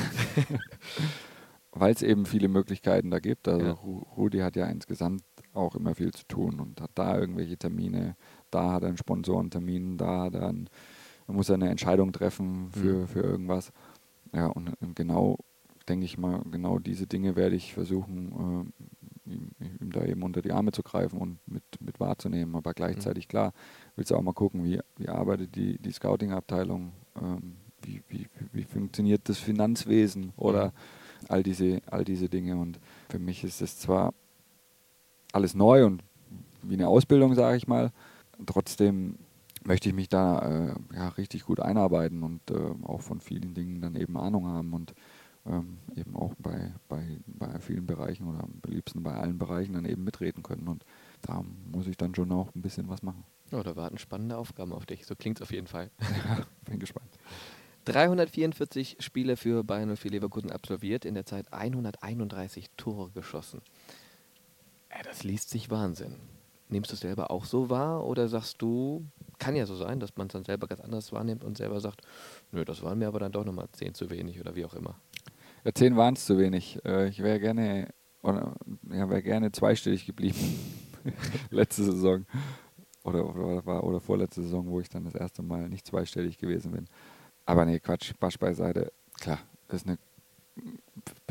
weil es eben viele Möglichkeiten da gibt. Also Ja. Ru- Rudi hat ja insgesamt auch immer viel zu tun und hat da irgendwelche Termine, da hat er einen Sponsorentermin, da hat er einen, da muss er eine Entscheidung treffen für, Mhm. für irgendwas. Ja, und, und genau, denke ich mal, genau diese Dinge werde ich versuchen, äh, ihm, ihm da eben unter die Arme zu greifen und mit, mit wahrzunehmen. Aber gleichzeitig, klar, willst du auch mal gucken, wie, wie arbeitet die, die Scouting-Abteilung, ähm, wie, wie, wie funktioniert das Finanzwesen oder Mhm. all diese, all diese Dinge. Und für mich ist es zwar alles neu und wie eine Ausbildung, sage ich mal, trotzdem möchte ich mich da äh, ja, richtig gut einarbeiten und äh, auch von vielen Dingen dann eben Ahnung haben und ähm, eben auch bei, bei, bei vielen Bereichen oder am liebsten bei allen Bereichen dann eben mitreden können. Und da muss ich dann schon auch ein bisschen was machen. Ja, da warten spannende Aufgaben auf dich. So klingt es auf jeden Fall. Ja, bin gespannt. dreihundertvierundvierzig Spiele für Bayern null vier Leverkusen absolviert, in der Zeit hunderteinunddreißig Tore geschossen. Äh, das liest sich Wahnsinn. Nimmst du es selber auch so wahr oder sagst du, kann ja so sein, dass man es dann selber ganz anders wahrnimmt und selber sagt, nö, das waren mir aber dann doch nochmal zehn zu wenig oder wie auch immer. Ja, zehn waren es zu wenig. Äh, ich wäre gerne, oder, ja, wär gerne zweistellig geblieben. Letzte Saison. Oder, oder, oder, oder vorletzte Saison, wo ich dann das erste Mal nicht zweistellig gewesen bin. Aber nee, Quatsch, Spaß beiseite. Klar, ist eine, bin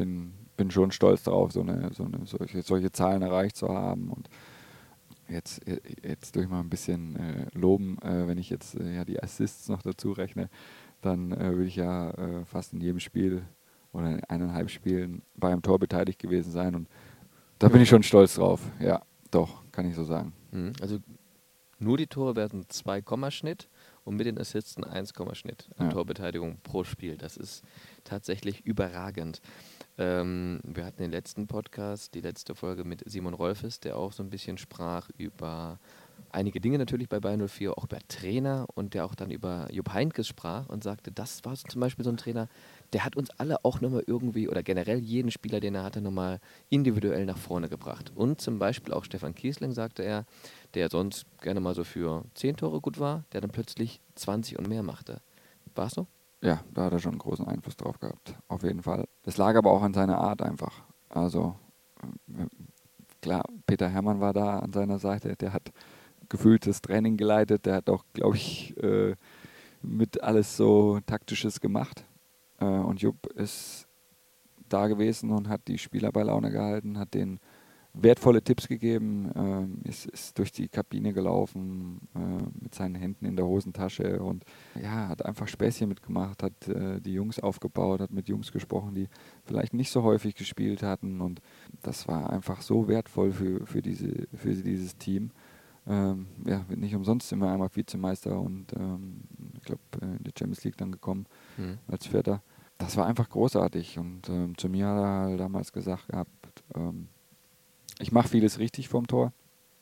bin schon stolz darauf, so eine, so eine solche, solche Zahlen erreicht zu haben. Und jetzt, jetzt durch mal ein bisschen äh, loben, äh, wenn ich jetzt äh, ja die Assists noch dazu rechne, dann äh, würde ich ja äh, fast in jedem Spiel oder in eineinhalb Spielen bei einem Tor beteiligt gewesen sein. Und da bin ich schon stolz drauf. Ja, doch, kann ich so sagen. Mhm. Also nur die Tore werden zwei Schnitt und mit den Assists ein eins Schnitt an Ja. Torbeteiligung pro Spiel. Das ist tatsächlich überragend. Ähm, wir hatten den letzten Podcast, die letzte Folge mit Simon Rolfes, der auch so ein bisschen sprach über einige Dinge natürlich bei Bayern null vier, auch über Trainer und der auch dann über Jupp Heynckes sprach und sagte, das war zum Beispiel so ein Trainer, der hat uns alle auch nochmal irgendwie oder generell jeden Spieler, den er hatte, nochmal individuell nach vorne gebracht. Und zum Beispiel auch Stefan Kiesling, sagte er, der sonst gerne mal so für zehn Tore gut war, der dann plötzlich zwanzig und mehr machte. War es so? Ja, da hat er schon einen großen Einfluss drauf gehabt, auf jeden Fall. Das lag aber auch an seiner Art einfach. Also äh, klar, Peter Hermann war da an seiner Seite, der hat gefühltes Training geleitet, der hat auch, glaube ich, äh, mit alles so Taktisches gemacht. Äh, und Jupp ist da gewesen und hat die Spieler bei Laune gehalten, hat denen wertvolle Tipps gegeben, ähm, ist, ist durch die Kabine gelaufen äh, mit seinen Händen in der Hosentasche und ja, hat einfach Späßchen mitgemacht, hat äh, die Jungs aufgebaut, hat mit Jungs gesprochen, die vielleicht nicht so häufig gespielt hatten und das war einfach so wertvoll für, für, diese, für dieses Team. Ähm, ja, nicht umsonst sind wir einmal Vizemeister und ähm, ich glaube in die Champions League dann gekommen Mhm. als Vierter. Das war einfach großartig und ähm, zu mir hat er halt damals gesagt gehabt, ähm, ich mache vieles richtig vorm Tor,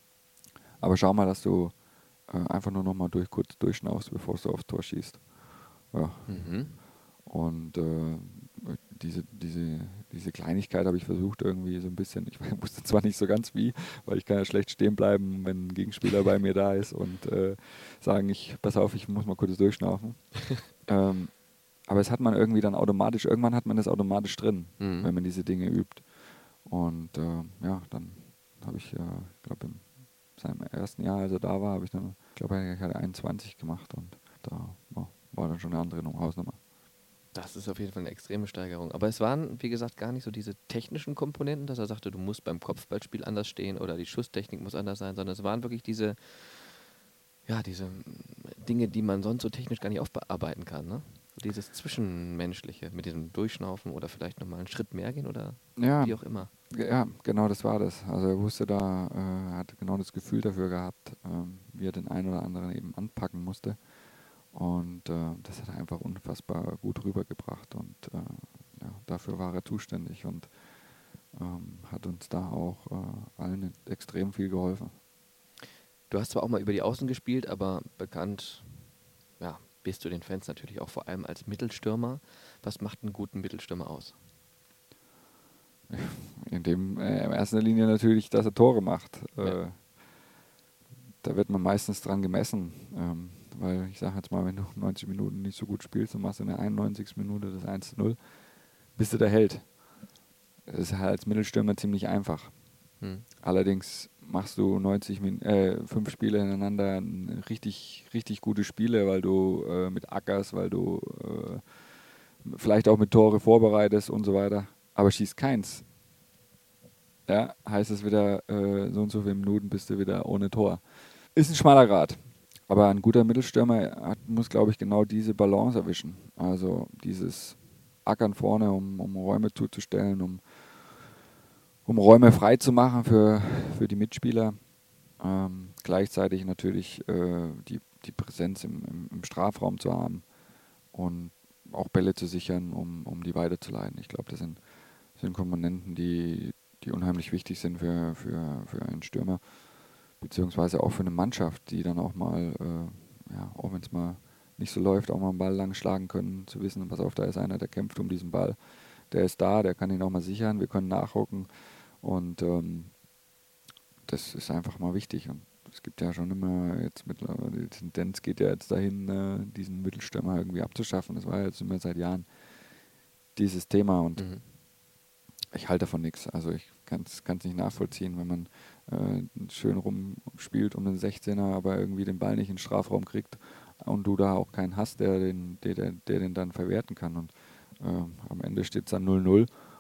aber schau mal, dass du äh, einfach nur noch mal durch, kurz durchschnaufst, bevor du aufs Tor schießt. Ja. Mhm. Und äh, diese, diese, diese Kleinigkeit habe ich versucht irgendwie so ein bisschen, ich wusste zwar nicht so ganz wie, weil ich kann ja schlecht stehen bleiben, wenn ein Gegenspieler bei mir da ist und äh, sagen, ich, pass auf, ich muss mal kurz durchschnaufen. ähm, aber es hat man irgendwie dann automatisch, irgendwann hat man das automatisch drin, Mhm. wenn man diese Dinge übt. Und äh, ja, dann habe ich, äh, ich glaube, in seinem ersten Jahr, als er da war, habe ich dann, ich glaube, ich hatte einundzwanzig gemacht und da ja, war dann schon eine andere Hausnummer. Das ist auf jeden Fall eine extreme Steigerung. Aber es waren, wie gesagt, gar nicht so diese technischen Komponenten, dass er sagte, du musst beim Kopfballspiel anders stehen oder die Schusstechnik muss anders sein, sondern es waren wirklich diese, ja, diese mm, Dinge, die man sonst so technisch gar nicht aufarbeiten kann. Ne? So dieses Zwischenmenschliche mit diesem Durchschnaufen oder vielleicht nochmal einen Schritt mehr gehen oder Ja, wie auch immer. ja, genau das war das. Also er wusste da, äh, hatte genau das Gefühl dafür gehabt, ähm, wie er den einen oder anderen eben anpacken musste. Und äh, das hat er einfach unfassbar gut rübergebracht und äh, ja, dafür war er zuständig und ähm, hat uns da auch äh, allen extrem viel geholfen. Du hast zwar auch mal über die Außen gespielt, aber bekannt, ja, bist du den Fans natürlich auch vor allem als Mittelstürmer. Was macht einen guten Mittelstürmer aus? In dem äh, in erster Linie natürlich, dass er Tore macht. Äh, Ja. Da wird man meistens dran gemessen. Ähm, weil ich sage jetzt mal, wenn du neunzig Minuten nicht so gut spielst und machst in der einundneunzigsten Minute das eins zu null, bist du der Held. Das ist halt als Mittelstürmer ziemlich einfach. Hm. Allerdings machst du neunzig Min äh, fünf Spiele hintereinander n- richtig, richtig gute Spiele, weil du äh, mit ackerst, weil du äh, vielleicht auch mit Tore vorbereitest und so weiter, aber schießt keins. Ja, heißt es wieder, äh, so und so viele Minuten bist du wieder ohne Tor. Ist ein schmaler Grad. Aber ein guter Mittelstürmer hat, muss, glaube ich, genau diese Balance erwischen. Also dieses Ackern vorne, um, um Räume zuzustellen, um, um Räume frei zu machen für, für die Mitspieler. Ähm, gleichzeitig natürlich äh, die, die Präsenz im, im, im Strafraum zu haben und auch Bälle zu sichern, um, um die weiterzuleiten. Ich glaube, das sind, sind Komponenten, die, die unheimlich wichtig sind für, für, für einen Stürmer, beziehungsweise auch für eine Mannschaft, die dann auch mal, äh, ja, auch wenn es mal nicht so läuft, auch mal einen Ball lang schlagen können, zu wissen, pass auf, da ist einer, der kämpft um diesen Ball, der ist da, der kann ihn auch mal sichern, wir können nachrücken und ähm, das ist einfach mal wichtig und es gibt ja schon immer jetzt mittlerweile, die Tendenz geht ja jetzt dahin, äh, diesen Mittelstürmer irgendwie abzuschaffen. Das war ja jetzt immer seit Jahren dieses Thema und Mhm. ich halte davon nichts. Also ich kann es nicht nachvollziehen, wenn man äh, schön rumspielt um den sechzehner, aber irgendwie den Ball nicht in den Strafraum kriegt und du da auch keinen hast, der den, der, der, der den dann verwerten kann. Und äh, am Ende steht es dann null null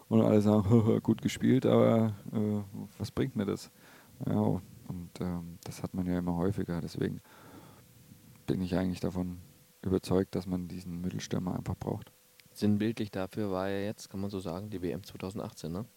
und alle sagen, gut gespielt, aber äh, was bringt mir das? Ja, und ähm, das hat man ja immer häufiger, deswegen bin ich eigentlich davon überzeugt, dass man diesen Mittelstürmer einfach braucht. Sinnbildlich dafür war ja jetzt, kann man so sagen, die W M zwanzig achtzehn, ne?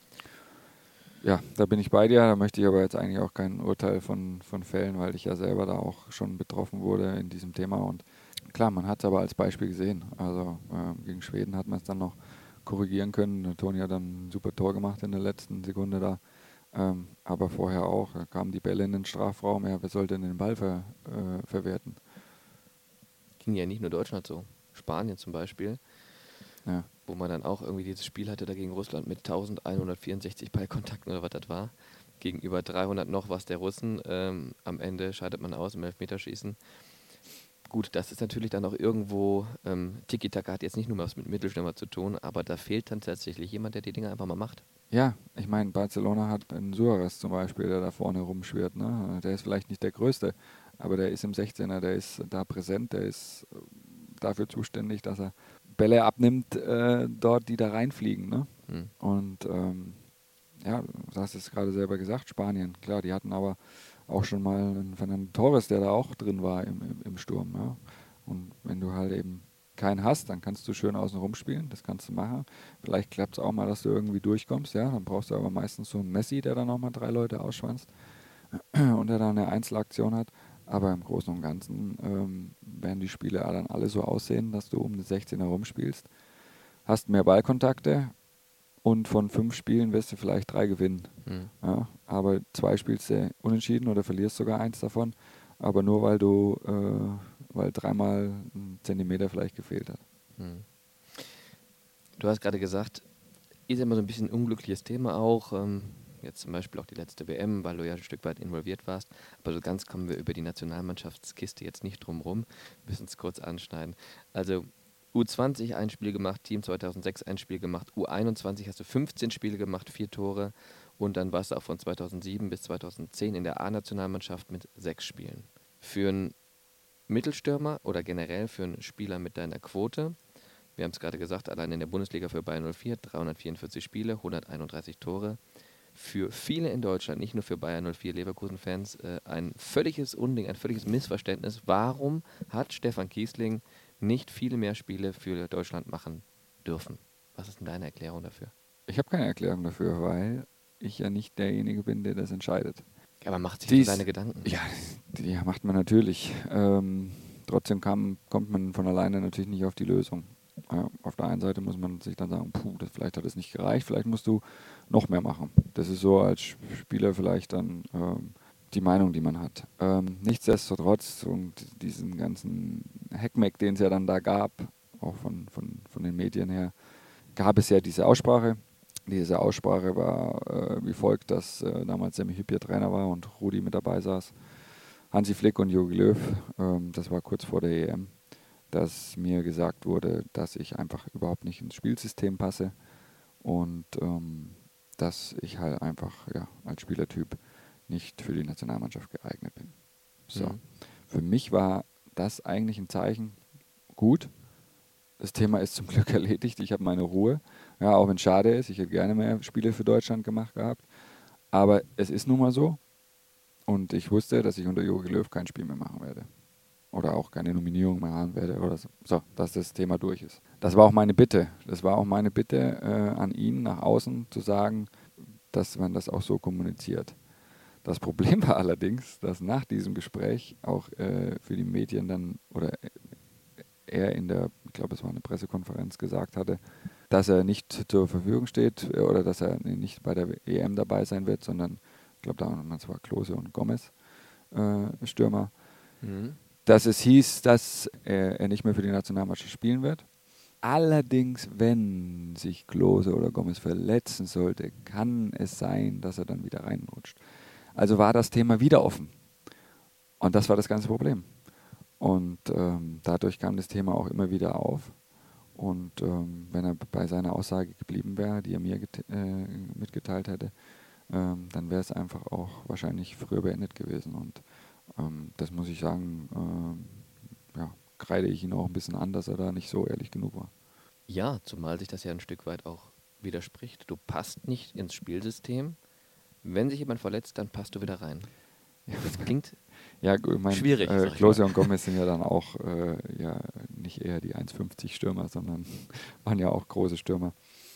Ja, da bin ich bei dir, da möchte ich aber jetzt eigentlich auch kein Urteil von, von fällen, weil ich ja selber da auch schon betroffen wurde in diesem Thema und klar, man hat es aber als Beispiel gesehen. Also äh, gegen Schweden hat man es dann noch korrigieren können. Toni hat dann ein super Tor gemacht in der letzten Sekunde da. Ähm, aber vorher auch, da kamen die Bälle in den Strafraum, ja, wer sollte denn den Ball ver, äh, verwerten? Ging ja nicht nur Deutschland so. Spanien zum Beispiel, Ja. wo man dann auch irgendwie dieses Spiel hatte dagegen Russland mit elfhundertvierundsechzig Ballkontakten oder was das war. Gegenüber dreihundert noch was der Russen. Ähm, am Ende scheidet man aus im Elfmeterschießen. Gut, das ist natürlich dann auch irgendwo, ähm, Tiki-Taka hat jetzt nicht nur was mit Mittelstürmer zu tun, aber da fehlt dann tatsächlich jemand, der die Dinger einfach mal macht. Ja, ich meine, Barcelona hat einen Suarez zum Beispiel, der da vorne rumschwirrt. Ne? Der ist vielleicht nicht der Größte, aber der ist im sechzehner, der ist da präsent, der ist äh, dafür zuständig, dass er Bälle abnimmt, äh, dort, die da reinfliegen. Ne? Hm. Und ähm, ja, du hast es gerade selber gesagt, Spanien, klar, die hatten aber auch schon mal einen Fernando Torres, der da auch drin war im, im, im Sturm. Ja? Und wenn du halt eben keinen hast, dann kannst du schön außen rumspielen, das kannst du machen. Vielleicht klappt es auch mal, dass du irgendwie durchkommst, ja, dann brauchst du aber meistens so einen Messi, der dann nochmal drei Leute ausschwanzt und der dann eine Einzelaktion hat. Aber im Großen und Ganzen ähm, werden die Spiele dann alle so aussehen, dass du um den sechzehner rumspielst, hast mehr Ballkontakte und von fünf Spielen wirst du vielleicht drei gewinnen. Hm. Ja, aber zwei spielst du unentschieden oder verlierst sogar eins davon, aber nur weil du, äh, weil dreimal ein Zentimeter vielleicht gefehlt hat. Hm. Du hast gerade gesagt, ist immer so ein bisschen ein unglückliches Thema auch. Ähm, jetzt zum Beispiel auch die letzte W M, weil du ja ein Stück weit involviert warst. Aber so ganz kommen wir über die Nationalmannschaftskiste jetzt nicht drum rum. Wir müssen es kurz anschneiden. Also U zwanzig ein Spiel gemacht, Team zweitausendsechs ein Spiel gemacht, U einundzwanzig hast du fünfzehn Spiele gemacht, vier Tore. Und dann warst du auch von zweitausendsieben bis zweitausendzehn in der A-Nationalmannschaft mit sechs Spielen. Für einen Mittelstürmer oder generell für einen Spieler mit deiner Quote, wir haben es gerade gesagt, allein in der Bundesliga für Bayern null vier, dreihundertvierundvierzig Spiele, hunderteinunddreißig Tore. Für viele in Deutschland, nicht nur für Bayern null vier Leverkusen-Fans, äh, ein völliges Unding, ein völliges Missverständnis. Warum hat Stefan Kiesling nicht viele mehr Spiele für Deutschland machen dürfen? Was ist denn deine Erklärung dafür? Ich habe keine Erklärung dafür, weil ich ja nicht derjenige bin, der das entscheidet. Aber macht sich so Dies, seine Gedanken? ja, die macht man natürlich. Ähm, trotzdem kam, kommt man von alleine natürlich nicht auf die Lösung. Ja, auf der einen Seite muss man sich dann sagen, puh, das, vielleicht hat es nicht gereicht, vielleicht musst du noch mehr machen. Das ist so als Spieler vielleicht dann ähm, die Meinung, die man hat. Ähm, nichtsdestotrotz, und diesen ganzen Hackmack, den es ja dann da gab, auch von, von, von den Medien her, gab es ja diese Aussprache. Diese Aussprache war äh, wie folgt, dass äh, damals Semi Hübjer Trainer war und Rudi mit dabei saß. Hansi Flick und Jogi Löw, ähm, das war kurz vor der E M, dass mir gesagt wurde, dass ich einfach überhaupt nicht ins Spielsystem passe und ähm, dass ich halt einfach ja, als Spielertyp nicht für die Nationalmannschaft geeignet bin. So. Mhm. Für mich war das eigentlich ein Zeichen, gut, das Thema ist zum Glück erledigt, ich habe meine Ruhe, ja, auch wenn es schade ist, ich hätte gerne mehr Spiele für Deutschland gemacht gehabt, aber es ist nun mal so und ich wusste, dass ich unter Jogi Löw kein Spiel mehr machen werde. Oder auch keine Nominierung mehr haben werde oder so. So, dass das Thema durch ist. Das war auch meine Bitte. Das war auch meine Bitte äh, an ihn nach außen zu sagen, dass man das auch so kommuniziert. Das Problem war allerdings, dass nach diesem Gespräch auch äh, für die Medien dann oder er in der, ich glaube es war eine Pressekonferenz, gesagt hatte, dass er nicht zur Verfügung steht äh, oder dass er nicht bei der E M dabei sein wird, sondern ich glaube, da waren zwar Klose und Gomez äh, Stürmer. Mhm. Dass es hieß, dass er, er nicht mehr für die Nationalmannschaft spielen wird. Allerdings, wenn sich Klose oder Gomez verletzen sollte, kann es sein, dass er dann wieder reinrutscht. Also war das Thema wieder offen. Und das war das ganze Problem. Und ähm, dadurch kam das Thema auch immer wieder auf. Und ähm, wenn er bei seiner Aussage geblieben wäre, die er mir äh, mitgeteilt hätte, ähm, dann wäre es einfach auch wahrscheinlich früher beendet gewesen. Und ähm, das muss ich sagen, ähm, ja, kreide ich ihn auch ein bisschen an, dass er da nicht so ehrlich genug war. Ja, zumal sich das ja ein Stück weit auch widerspricht. Du passt nicht ins Spielsystem. Wenn sich jemand verletzt, dann passt du wieder rein. Das klingt ja, ich mein, schwierig. Äh, sag ich Klose mal. und Gomez sind ja dann auch äh, ja, nicht eher die eins fünfzig Stürmer, sondern waren ja auch große Stürmer.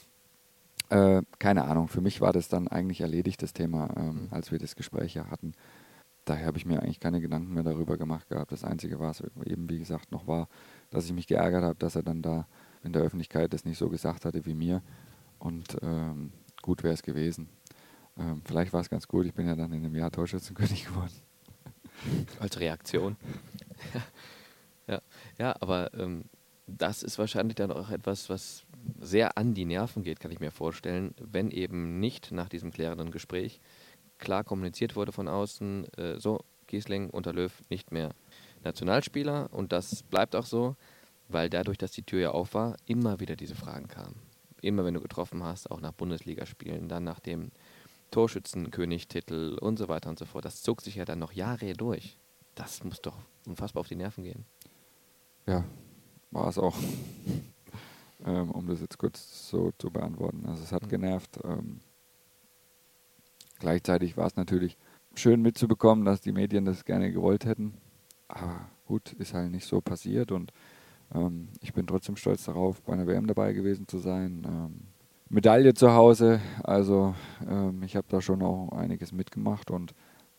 Äh, keine Ahnung, für mich war das dann eigentlich erledigt, das Thema, ähm, Mhm. als wir das Gespräch ja hatten. Daher habe ich mir eigentlich keine Gedanken mehr darüber gemacht gehabt. Das Einzige, was eben, wie gesagt, noch war, dass ich mich geärgert habe, dass er dann da in der Öffentlichkeit das nicht so gesagt hatte wie mir. Und ähm, gut wäre es gewesen. Ähm, vielleicht war es ganz gut, ich bin ja dann in einem Jahr Torschützenkönig geworden. Als Reaktion. ja. ja, aber ähm, das ist wahrscheinlich dann auch etwas, was sehr an die Nerven geht, kann ich mir vorstellen, wenn eben nicht nach diesem klärenden Gespräch klar kommuniziert wurde von außen, äh, so, Gießling unter Löw nicht mehr Nationalspieler und das bleibt auch so, weil dadurch, dass die Tür ja auf war, immer wieder diese Fragen kamen. Immer wenn du getroffen hast, auch nach Bundesligaspielen, dann nach dem Torschützenkönigtitel und so weiter und so fort. Das zog sich ja dann noch Jahre durch. Das muss doch unfassbar auf die Nerven gehen. Ja, war es auch. ähm, um das jetzt kurz so zu beantworten. Also es hat Mhm. genervt. Ähm, gleichzeitig war es natürlich schön mitzubekommen, dass die Medien das gerne gewollt hätten. Aber gut, ist halt nicht so passiert und ähm, ich bin trotzdem stolz darauf, bei einer W M dabei gewesen zu sein. Ähm, Medaille zu Hause, also ähm, ich habe da schon auch einiges mitgemacht und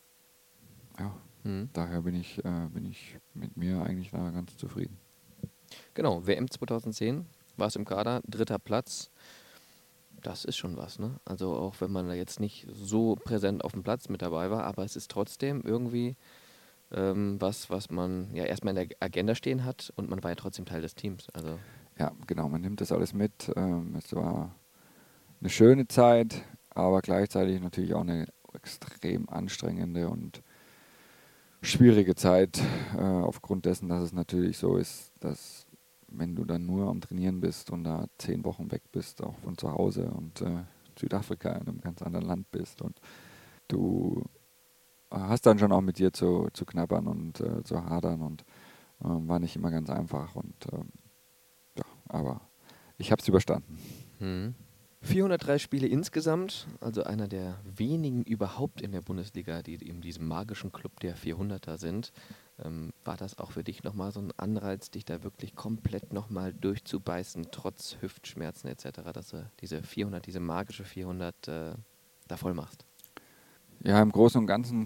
ja, Mhm. daher bin ich, äh, bin ich mit mir eigentlich da ganz zufrieden. Genau, W M zweitausendzehn war es im Kader, dritter Platz. Das ist schon was, ne? Also auch wenn man da jetzt nicht so präsent auf dem Platz mit dabei war, aber es ist trotzdem irgendwie ähm, was, was man ja erstmal in der Agenda stehen hat und man war ja trotzdem Teil des Teams. Also Ja, genau, man nimmt das alles mit. Ähm, es war eine schöne Zeit, aber gleichzeitig natürlich auch eine extrem anstrengende und schwierige Zeit, äh, aufgrund dessen, dass es natürlich so ist, dass wenn du dann nur am Trainieren bist und da zehn Wochen weg bist, auch von zu Hause und äh, Südafrika in einem ganz anderen Land bist und du hast dann schon auch mit dir zu, zu knabbern und äh, zu hadern und ähm, war nicht immer ganz einfach und ähm, ja, aber ich habe es überstanden. hm. vierhundertdrei Spiele insgesamt, also einer der wenigen überhaupt in der Bundesliga, die in diesem magischen Club der vierhunderter sind. Ähm, war das auch für dich nochmal so ein Anreiz, dich da wirklich komplett nochmal durchzubeißen, trotz Hüftschmerzen et cetera, dass du diese vierhundert, diese magische vierhundert äh, da voll machst? Ja, im Großen und Ganzen,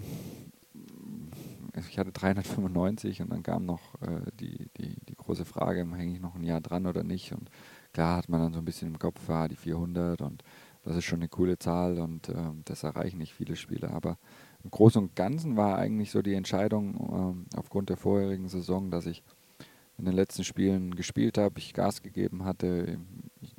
ich hatte dreihundertfünfundneunzig und dann kam noch äh, die, die, die große Frage, hänge ich noch ein Jahr dran oder nicht? Und klar hat man dann so ein bisschen im Kopf, ah, die vierhundert und das ist schon eine coole Zahl und ähm, das erreichen nicht viele Spieler. Aber im Großen und Ganzen war eigentlich so die Entscheidung ähm, aufgrund der vorherigen Saison, dass ich in den letzten Spielen gespielt habe, ich Gas gegeben hatte, ich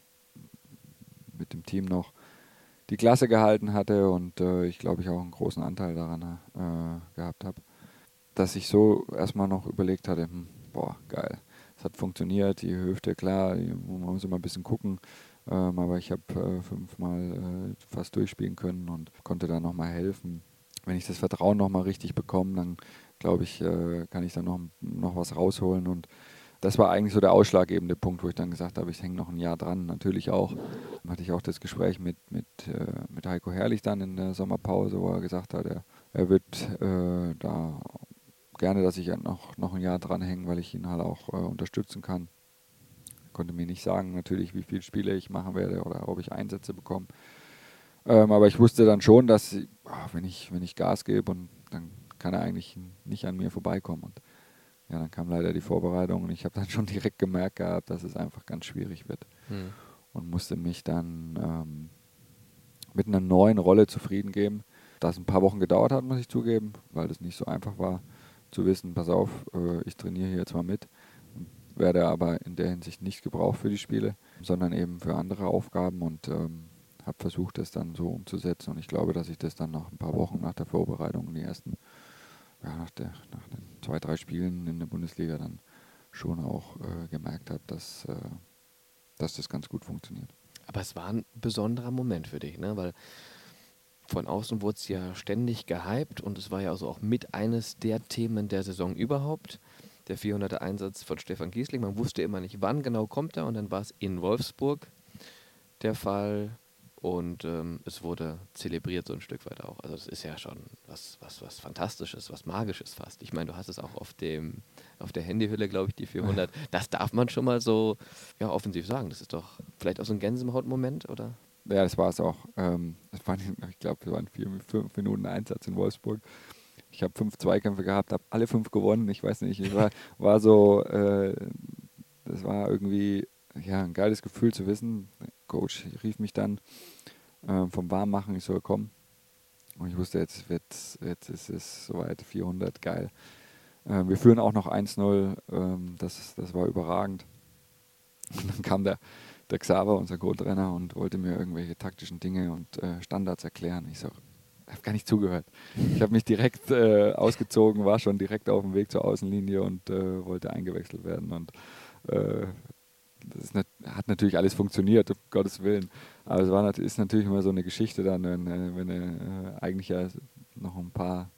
mit dem Team noch die Klasse gehalten hatte und äh, ich glaube, ich auch einen großen Anteil daran äh, gehabt habe, dass ich so erstmal noch überlegt hatte, hm, boah, geil, es hat funktioniert, die Hüfte, klar, die, man muss immer ein bisschen gucken, ähm, aber ich habe äh, fünfmal äh, fast durchspielen können und konnte da nochmal helfen. Wenn ich das Vertrauen nochmal richtig bekomme, dann glaube ich, äh, kann ich da noch, noch was rausholen und das war eigentlich so der ausschlaggebende Punkt, wo ich dann gesagt habe, ich hänge noch ein Jahr dran. Natürlich auch, hatte ich auch das Gespräch mit, mit, äh, mit Heiko Herrlich dann in der Sommerpause, wo er gesagt hat, er, er wird äh, da gerne, dass ich noch, noch ein Jahr dranhänge, weil ich ihn halt auch äh, unterstützen kann. Konnte mir nicht sagen, natürlich, wie viele Spiele ich machen werde oder ob ich Einsätze bekomme. Ähm, aber ich wusste dann schon, dass, ach, wenn ich, wenn ich Gas gebe, und dann kann er eigentlich nicht an mir vorbeikommen. Und ja, dann kam leider die Vorbereitung und ich habe dann schon direkt gemerkt gehabt, dass es einfach ganz schwierig wird. Hm. Und musste mich dann ähm, mit einer neuen Rolle zufrieden geben. Das ein paar Wochen gedauert hat, muss ich zugeben, weil es nicht so einfach war zu wissen, pass auf, äh, ich trainiere hier jetzt mal mit und werde aber in der Hinsicht nicht gebraucht für die Spiele, sondern eben für andere Aufgaben und ähm, habe versucht, das dann so umzusetzen und ich glaube, dass ich das dann nach ein paar Wochen nach der Vorbereitung, die ersten, ja, nach, der, nach den zwei, drei Spielen in der Bundesliga dann schon auch äh, gemerkt habe, dass, äh, dass das ganz gut funktioniert. Aber es war ein besonderer Moment für dich, ne? Weil von außen wurde es ja ständig gehypt und es war ja also auch mit eines der Themen der Saison überhaupt. Der vierhunderter Einsatz von Stefan Gießling. Man wusste immer nicht, wann genau kommt er und dann war es in Wolfsburg. der Fall. Und ähm, es wurde zelebriert so ein Stück weit auch. Also das ist ja schon was, was, was Fantastisches, was Magisches fast. Ich meine, du hast es auch auf dem, auf der Handyhülle, glaube ich, die vierhundert. Das darf man schon mal so ja, offensiv sagen. Das ist doch vielleicht auch so ein Gänsehautmoment, oder? Ja, das war es auch. Ähm, es waren, ich glaube, es waren vier, fünf Minuten Einsatz in Wolfsburg. Ich habe fünf Zweikämpfe gehabt, habe alle fünf gewonnen. Ich weiß nicht, ich war, war so, äh, das war irgendwie ja, ein geiles Gefühl zu wissen. Der Coach rief mich dann äh, vom Warmmachen, ich soll kommen. Und ich wusste, jetzt, jetzt, jetzt ist es soweit, vierhundert, geil. Äh, wir führen auch noch eins null, ähm, das, das war überragend. Und dann kam der, der Xaver, unser Co-Trainer, und wollte mir irgendwelche taktischen Dinge und äh, Standards erklären. Ich so, habe gar nicht zugehört. Ich habe mich direkt äh, ausgezogen, war schon direkt auf dem Weg zur Außenlinie und äh, wollte eingewechselt werden. Und äh, das ist nat- hat natürlich alles funktioniert, um Gottes Willen. Aber es war nat- ist natürlich immer so eine Geschichte dann, wenn, äh, wenn er äh, eigentlich ja noch ein paar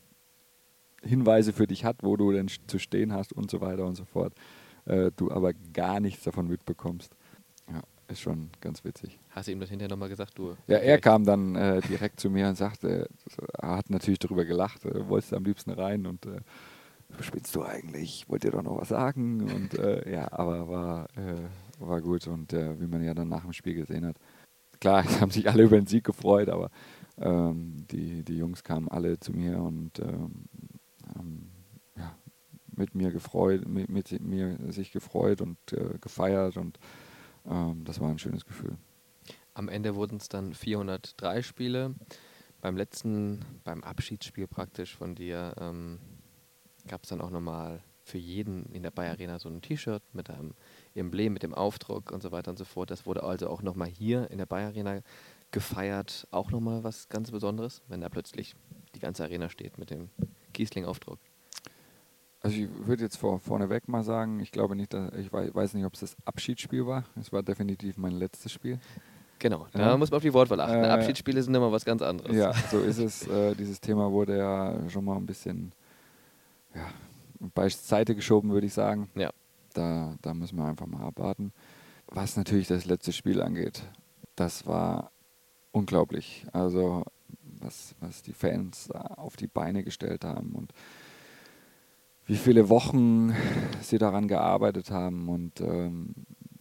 Hinweise für dich hat, wo du denn sch- zu stehen hast und so weiter und so fort. Äh, du aber gar nichts davon mitbekommst. Ja, ist schon ganz witzig. Hast du ihm das hinterher nochmal gesagt? Du, Ja, er vielleicht- kam dann äh, direkt zu mir und sagte, er hat natürlich darüber gelacht, äh, wolltest am liebsten rein und äh, spinnst du eigentlich? Wollt ihr doch noch was sagen? Und äh, ja, aber war, äh, war gut und äh, wie man ja dann nach dem Spiel gesehen hat. Klar, es haben sich alle über den Sieg gefreut, aber ähm, die, die Jungs kamen alle zu mir und ähm, haben ja, mit mir gefreut, mit, mit mir sich gefreut und äh, gefeiert und ähm, das war ein schönes Gefühl. Am Ende wurden es dann vierhundertdrei Spiele. Beim letzten, beim Abschiedsspiel praktisch von dir, ähm, gab es dann auch nochmal für jeden in der Bayer Arena so ein T-Shirt mit einem Emblem, mit dem Aufdruck und so weiter und so fort. Das wurde also auch nochmal hier in der Bayer Arena gefeiert. Auch nochmal was ganz Besonderes, wenn da plötzlich die ganze Arena steht mit dem Kiesling-Aufdruck. Also ich würde jetzt vor, vorneweg mal sagen, ich glaube nicht, dass, ich wei- weiß nicht, ob es das Abschiedsspiel war. Es war definitiv mein letztes Spiel. Genau, da Ja. muss man auf die Wortwahl achten. Äh, Abschiedsspiele sind immer was ganz anderes. Ja, so ist es. Äh, dieses Thema wurde ja schon mal ein bisschen ja, beiseite geschoben, würde ich sagen. Ja. Da, da müssen wir einfach mal abwarten. Was natürlich das letzte Spiel angeht, das war unglaublich. Also was, was die Fans da auf die Beine gestellt haben und wie viele Wochen sie daran gearbeitet haben und ähm,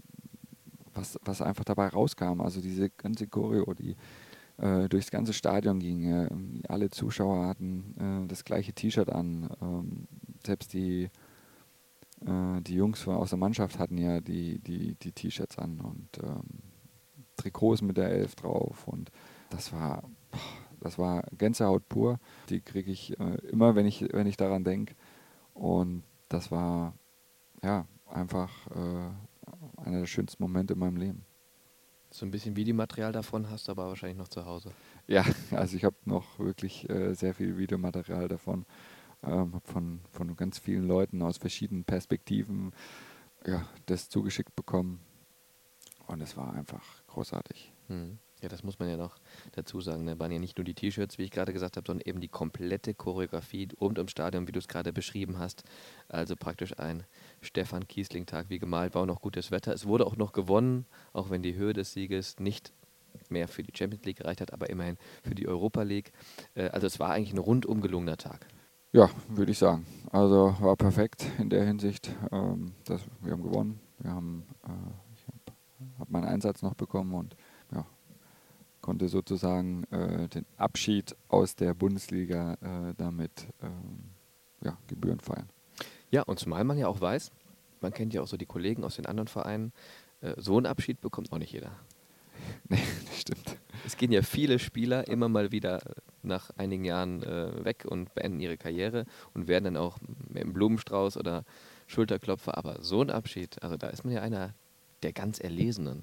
was, was einfach dabei rauskam. Also diese ganze Choreo, die äh, durchs ganze Stadion ging. Äh, alle Zuschauer hatten äh, das gleiche T-Shirt an. Ähm, selbst die, äh, die Jungs von, aus der Mannschaft hatten ja die, die, die T-Shirts an und ähm, Trikots mit der Elf drauf. Und das war, das war Gänsehaut pur. Die kriege ich äh, immer, wenn ich, wenn ich daran denke. Und das war ja einfach äh, einer der schönsten Momente in meinem Leben. So ein bisschen Videomaterial davon hast du aber wahrscheinlich noch zu Hause. Ja, also ich habe noch wirklich äh, sehr viel Videomaterial davon, ähm, hab von, von ganz vielen Leuten aus verschiedenen Perspektiven ja, das zugeschickt bekommen und es war einfach großartig. Hm. Ja, das muss man ja noch dazu sagen. Ne? Waren ja nicht nur die T-Shirts, wie ich gerade gesagt habe, sondern eben die komplette Choreografie rund ums Stadion, wie du es gerade beschrieben hast. Also praktisch ein Stefan Kiesling-Tag wie gemalt, war auch noch gutes Wetter. Es wurde auch noch gewonnen, auch wenn die Höhe des Sieges nicht mehr für die Champions League gereicht hat, aber immerhin für die Europa League. Äh, also es war eigentlich ein rundum gelungener Tag. Ja, würde ich sagen. Also war perfekt in der Hinsicht. Ähm, dass wir haben gewonnen. Wir haben, äh, ich habe hab meinen Einsatz noch bekommen und ja, konnte sozusagen äh, den Abschied aus der Bundesliga äh, damit ähm, ja, Gebühren feiern. Ja, und zumal man ja auch weiß, man kennt ja auch so die Kollegen aus den anderen Vereinen, äh, so einen Abschied bekommt auch nicht jeder. Nee, das stimmt. Es gehen ja viele Spieler immer mal wieder nach einigen Jahren äh, weg und beenden ihre Karriere und werden dann auch mit einem Blumenstrauß oder Schulterklopfer. Aber so ein Abschied, also da ist man ja einer der ganz Erlesenen.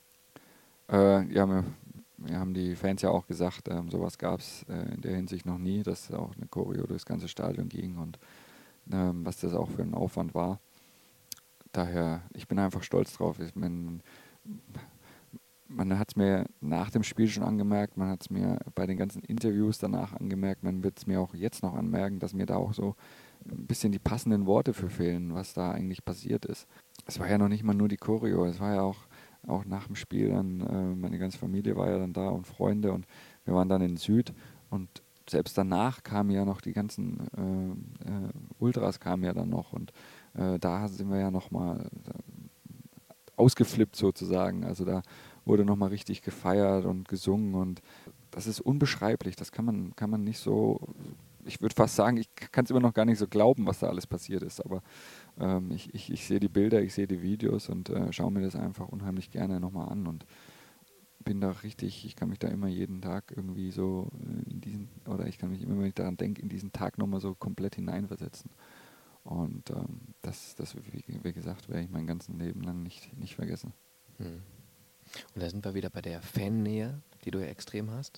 Äh, ja, wir, wir haben die Fans ja auch gesagt, ähm, sowas gab es äh, in der Hinsicht noch nie, dass auch eine Choreo durchs ganze Stadion ging und ähm, was das auch für ein Aufwand war. Daher, ich bin einfach stolz drauf. Ich mein, man hat es mir nach dem Spiel schon angemerkt, man hat es mir bei den ganzen Interviews danach angemerkt, man wird es mir auch jetzt noch anmerken, dass mir da auch so ein bisschen die passenden Worte für fehlen, was da eigentlich passiert ist. Es war ja noch nicht mal nur die Choreo, es war ja auch auch nach dem Spiel dann, äh, meine ganze Familie war ja dann da und Freunde und wir waren dann in Süd und selbst danach kamen ja noch die ganzen äh, äh, Ultras kamen ja dann noch und äh, da sind wir ja nochmal ausgeflippt sozusagen. Also da wurde nochmal richtig gefeiert und gesungen und das ist unbeschreiblich. Das kann man, kann man nicht so, ich würde fast sagen, ich kann es immer noch gar nicht so glauben, was da alles passiert ist. Aber ähm, ich, ich, ich sehe die Bilder, ich sehe die Videos und äh, schaue mir das einfach unheimlich gerne nochmal an und bin da richtig, ich kann mich da immer jeden Tag irgendwie so äh, in diesen, oder ich kann mich immer, wenn ich daran denke, in diesen Tag nochmal so komplett hineinversetzen. Und ähm, das, das wie, wie gesagt, werde ich mein ganzes Leben lang nicht, nicht vergessen. Hm. Und da sind wir wieder bei der Fannähe, die du ja extrem hast.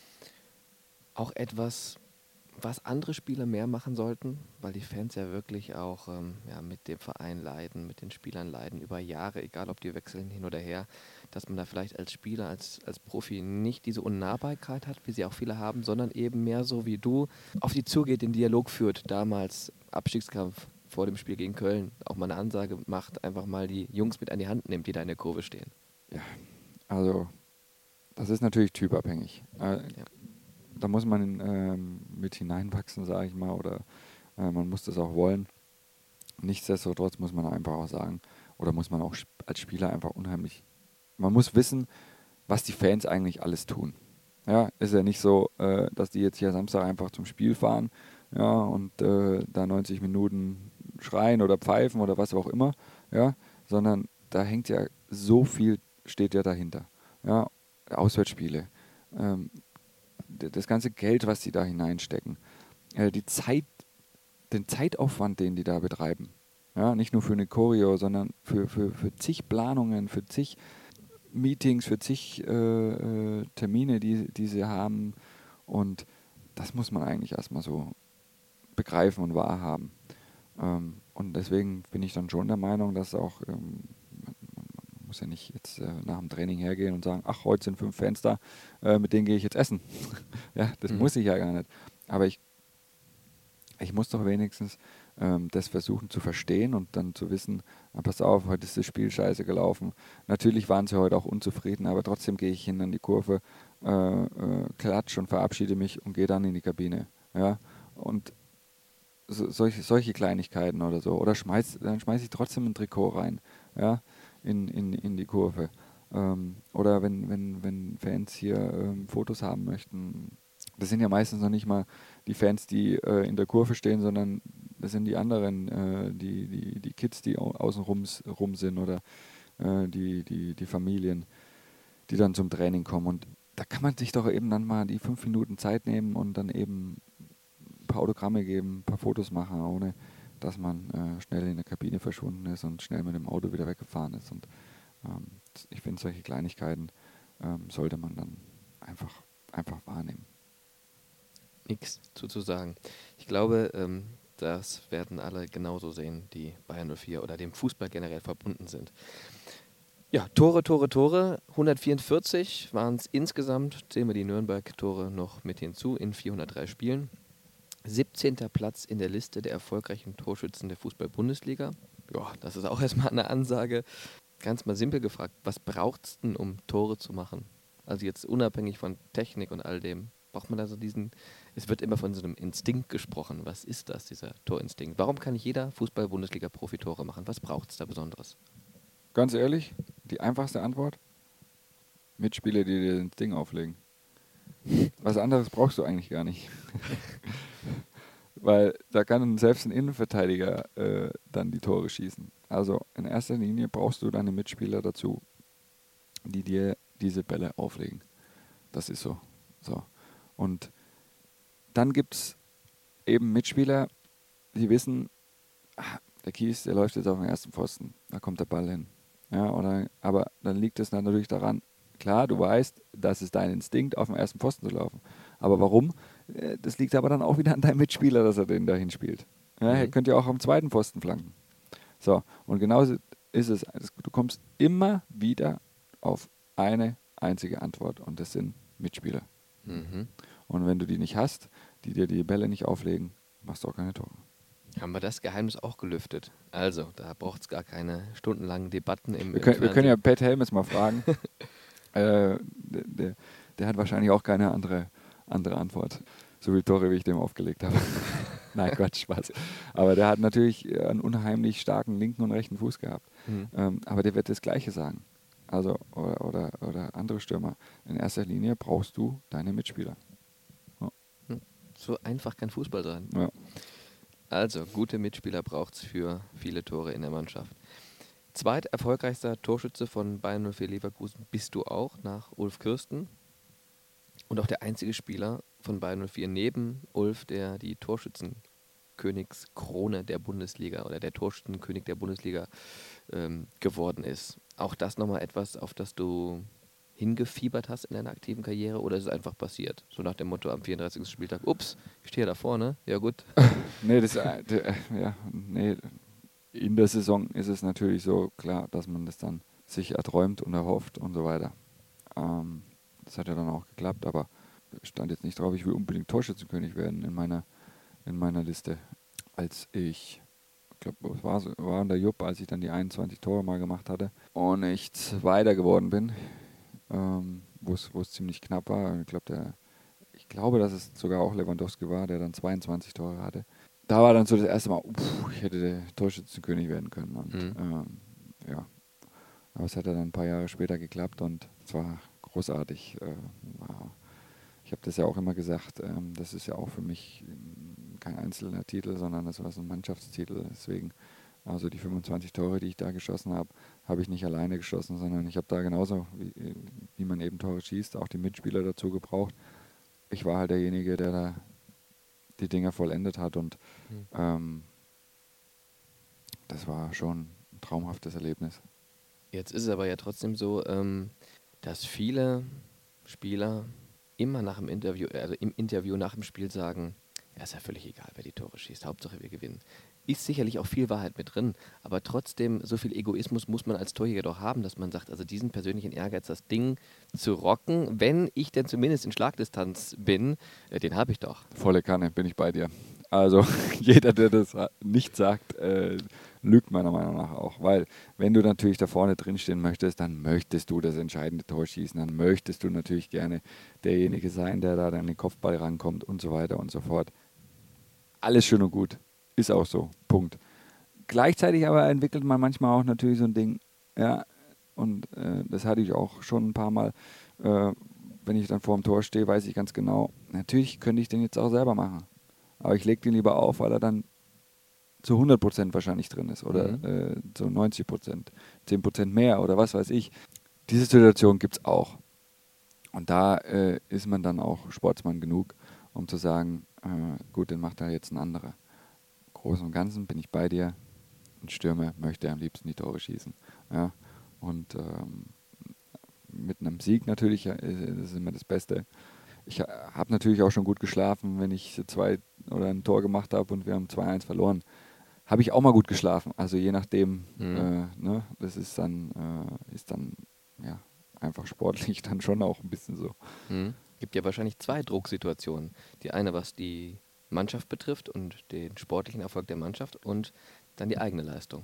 Auch etwas, was andere Spieler mehr machen sollten, weil die Fans ja wirklich auch ähm, ja, mit dem Verein leiden, mit den Spielern leiden, über Jahre, egal ob die wechseln hin oder her, dass man da vielleicht als Spieler, als, als Profi nicht diese Unnahbarkeit hat, wie sie auch viele haben, sondern eben mehr so wie du auf die zugeht, den Dialog führt, damals Abstiegskampf vor dem Spiel gegen Köln, auch mal eine Ansage macht, einfach mal die Jungs mit an die Hand nimmt, die da in der Kurve stehen. Ja, also das ist natürlich typabhängig. Äh, Ja. Da muss man ähm, mit hineinwachsen, sage ich mal, oder äh, man muss das auch wollen. Nichtsdestotrotz muss man einfach auch sagen, oder muss man auch als Spieler einfach unheimlich, man muss wissen, was die Fans eigentlich alles tun. Ja, ist ja nicht so, äh, dass die jetzt hier Samstag einfach zum Spiel fahren, ja, und äh, da neunzig Minuten schreien oder pfeifen oder was auch immer, ja, sondern da hängt ja so viel, steht ja dahinter. Ja, Auswärtsspiele, ähm, d- das ganze Geld, was sie da hineinstecken, äh, die Zeit, den Zeitaufwand, den die da betreiben. Ja, nicht nur für eine Choreo, sondern für, für, für zig Planungen, für zig Meetings, für zig äh, äh, Termine, die, die sie haben. Und das muss man eigentlich erstmal so begreifen und wahrhaben. Ähm, und deswegen bin ich dann schon der Meinung, dass auch, ähm, man, man muss ja nicht jetzt äh, nach dem Training hergehen und sagen, ach, heute sind fünf Fans da, äh, mit denen gehe ich jetzt essen. Ja, das Mhm. muss ich ja gar nicht. Aber ich, ich muss doch wenigstens ähm, das versuchen zu verstehen und dann zu wissen, ah, pass auf, heute ist das Spiel scheiße gelaufen. Natürlich waren sie heute auch unzufrieden, aber trotzdem gehe ich hin an die Kurve, äh, äh, klatsch und verabschiede mich und gehe dann in die Kabine. Ja? Und so, solche, solche Kleinigkeiten oder so. Oder schmeiß, dann schmeiße ich trotzdem ein Trikot rein, ja, in, in, in die Kurve. Ähm, oder wenn, wenn, wenn Fans hier ähm, Fotos haben möchten, das sind ja meistens noch nicht mal die Fans, die äh, in der Kurve stehen, sondern das sind die anderen, äh, die, die, die Kids, die au außen rum, rum sind oder äh, die, die, die Familien, die dann zum Training kommen. Und da kann man sich doch eben dann mal die fünf Minuten Zeit nehmen und dann eben ein paar Autogramme geben, ein paar Fotos machen, ohne dass man äh, schnell in der Kabine verschwunden ist und schnell mit dem Auto wieder weggefahren ist. Und ähm, ich finde, solche Kleinigkeiten ähm, sollte man dann einfach, einfach wahrnehmen. Nichts zu, zu sagen. Ich glaube, ähm, das werden alle genauso sehen, die Bayern null vier oder dem Fußball generell verbunden sind. Ja, Tore, Tore, Tore. hundertvierundvierzig waren es insgesamt. Zählen wir die Nürnberg-Tore noch mit hinzu in vierhundertdrei Spielen. siebzehnter Platz in der Liste der erfolgreichen Torschützen der Fußball-Bundesliga. Ja, das ist auch erstmal eine Ansage. Ganz mal simpel gefragt, was braucht es denn, um Tore zu machen? Also jetzt unabhängig von Technik und all dem. Braucht man da so diesen, es wird immer von so einem Instinkt gesprochen. Was ist das, dieser Torinstinkt? Warum kann nicht jeder Fußball-Bundesliga-Profi Tore machen? Was braucht es da Besonderes? Ganz ehrlich, die einfachste Antwort: Mitspieler, die dir das Ding auflegen. Was anderes brauchst du eigentlich gar nicht. Weil da kann selbst ein Innenverteidiger äh, dann die Tore schießen. Also in erster Linie brauchst du deine Mitspieler dazu, die dir diese Bälle auflegen. Das ist so. so. Und dann gibt es eben Mitspieler, die wissen, ah, der Kies, der läuft jetzt auf den ersten Pfosten, da kommt der Ball hin. Ja, oder, aber dann liegt es dann natürlich daran, klar, du weißt, das ist dein Instinkt, auf den ersten Pfosten zu laufen. Aber warum? Äh, Das liegt aber dann auch wieder an deinem Mitspieler, dass er den dahin spielt. Ja, er Mhm. könnte ja auch am zweiten Pfosten flanken. So, und genauso ist es. Du kommst immer wieder auf eine einzige Antwort und das sind Mitspieler. Mhm. Und wenn du die nicht hast, die dir die Bälle nicht auflegen, machst du auch keine Tore. Haben wir das Geheimnis auch gelüftet. Also, da braucht es gar keine stundenlangen Debatten im, Wir im können, wir können ja Fernsehen. Pat Helmes mal fragen. äh, der, der, der hat wahrscheinlich auch keine andere, andere Antwort. So viele Tore, wie ich dem aufgelegt habe. Nein, Quatsch, Spaß. Aber der hat natürlich äh, einen unheimlich starken linken und rechten Fuß gehabt. Hm. Ähm, aber der wird das Gleiche sagen. Also, oder, oder, oder andere Stürmer. In erster Linie brauchst du deine Mitspieler. Ja. Hm. So einfach kann Fußball sein. Ja. Also, gute Mitspieler braucht es für viele Tore in der Mannschaft. Zweiterfolgreichster Torschütze von Bayern null vier Leverkusen bist du auch, nach Ulf Kirsten. Und auch der einzige Spieler von Bayern null vier neben Ulf, der die Torschützenkönigskrone der Bundesliga oder der Torschützenkönig der Bundesliga ähm, geworden ist. Auch das nochmal etwas, auf das du hingefiebert hast in deiner aktiven Karriere, oder ist es einfach passiert? So nach dem Motto am vierunddreißigsten Spieltag, ups, ich stehe da vorne, ja gut. Nee, das, äh, der, äh, ja, nee, in der Saison ist es natürlich so klar, dass man das dann sich erträumt und erhofft und so weiter. Ähm, das hat ja dann auch geklappt, aber stand jetzt nicht drauf, ich will unbedingt Torschützenkönig werden in meiner, in meiner Liste. Als ich, ich glaube, es war, so- war in der Jupp, als ich dann die einundzwanzig Tore mal gemacht hatte und ich Zweiter geworden bin, ähm, wo es wo es ziemlich knapp war. Ich glaube, der, ich glaube, dass es sogar auch Lewandowski war, der dann zweiundzwanzig Tore hatte. Da war dann so das erste Mal, pff, ich hätte der Torschützenkönig werden können. Und Mhm. ähm, ja, aber es hat ja dann ein paar Jahre später geklappt und es war großartig. Äh, war, ich habe das ja auch immer gesagt, ähm, das ist ja auch für mich ähm, kein einzelner Titel, sondern das war so ein Mannschaftstitel. Deswegen, also die fünfundzwanzig Tore, die ich da geschossen habe, habe ich nicht alleine geschossen, sondern ich habe da genauso, wie, wie man eben Tore schießt, auch die Mitspieler dazu gebraucht. Ich war halt derjenige, der da die Dinger vollendet hat und Mhm. ähm, das war schon ein traumhaftes Erlebnis. Jetzt ist es aber ja trotzdem so, ähm, dass viele Spieler immer nach dem Interview, also im Interview nach dem Spiel sagen, ja, ist ja völlig egal, wer die Tore schießt, Hauptsache wir gewinnen. Ist sicherlich auch viel Wahrheit mit drin, aber trotzdem, so viel Egoismus muss man als Torjäger doch haben, dass man sagt, also diesen persönlichen Ehrgeiz, das Ding zu rocken, wenn ich denn zumindest in Schlagdistanz bin, äh, den habe ich doch. Volle Kanne, bin ich bei dir. Also jeder, der das nicht sagt, äh, lügt meiner Meinung nach auch. Weil wenn du natürlich da vorne drinstehen möchtest, dann möchtest du das entscheidende Tor schießen. Dann möchtest du natürlich gerne derjenige sein, der da an den Kopfball rankommt und so weiter und so fort. Alles schön und gut. Ist auch so. Punkt. Gleichzeitig aber entwickelt man manchmal auch natürlich so ein Ding, ja, und äh, das hatte ich auch schon ein paar Mal, äh, wenn ich dann vor dem Tor stehe, weiß ich ganz genau, natürlich könnte ich den jetzt auch selber machen. Aber ich lege den lieber auf, weil er dann zu hundert Prozent wahrscheinlich drin ist oder Mhm. äh, zu neunzig Prozent, zehn Prozent mehr oder was weiß ich. Diese Situation gibt es auch. Und da äh, ist man dann auch Sportsmann genug, um zu sagen, äh, gut, den macht da jetzt ein anderer. Im Großen und Ganzen bin ich bei dir. Ein Stürmer möchte am liebsten die Tore schießen. Ja? Und ähm, mit einem Sieg natürlich, ja, ist, ist immer das Beste. Ich habe natürlich auch schon gut geschlafen, wenn ich zwei oder ein Tor gemacht habe und wir haben zwei eins verloren. Habe ich auch mal gut geschlafen. Also je nachdem, Mhm. äh, ne, das ist dann, äh, ist dann ja, einfach sportlich dann schon auch ein bisschen so. Mhm. Gibt ja wahrscheinlich zwei Drucksituationen. Die eine, was die Mannschaft betrifft und den sportlichen Erfolg der Mannschaft, und dann die eigene Leistung.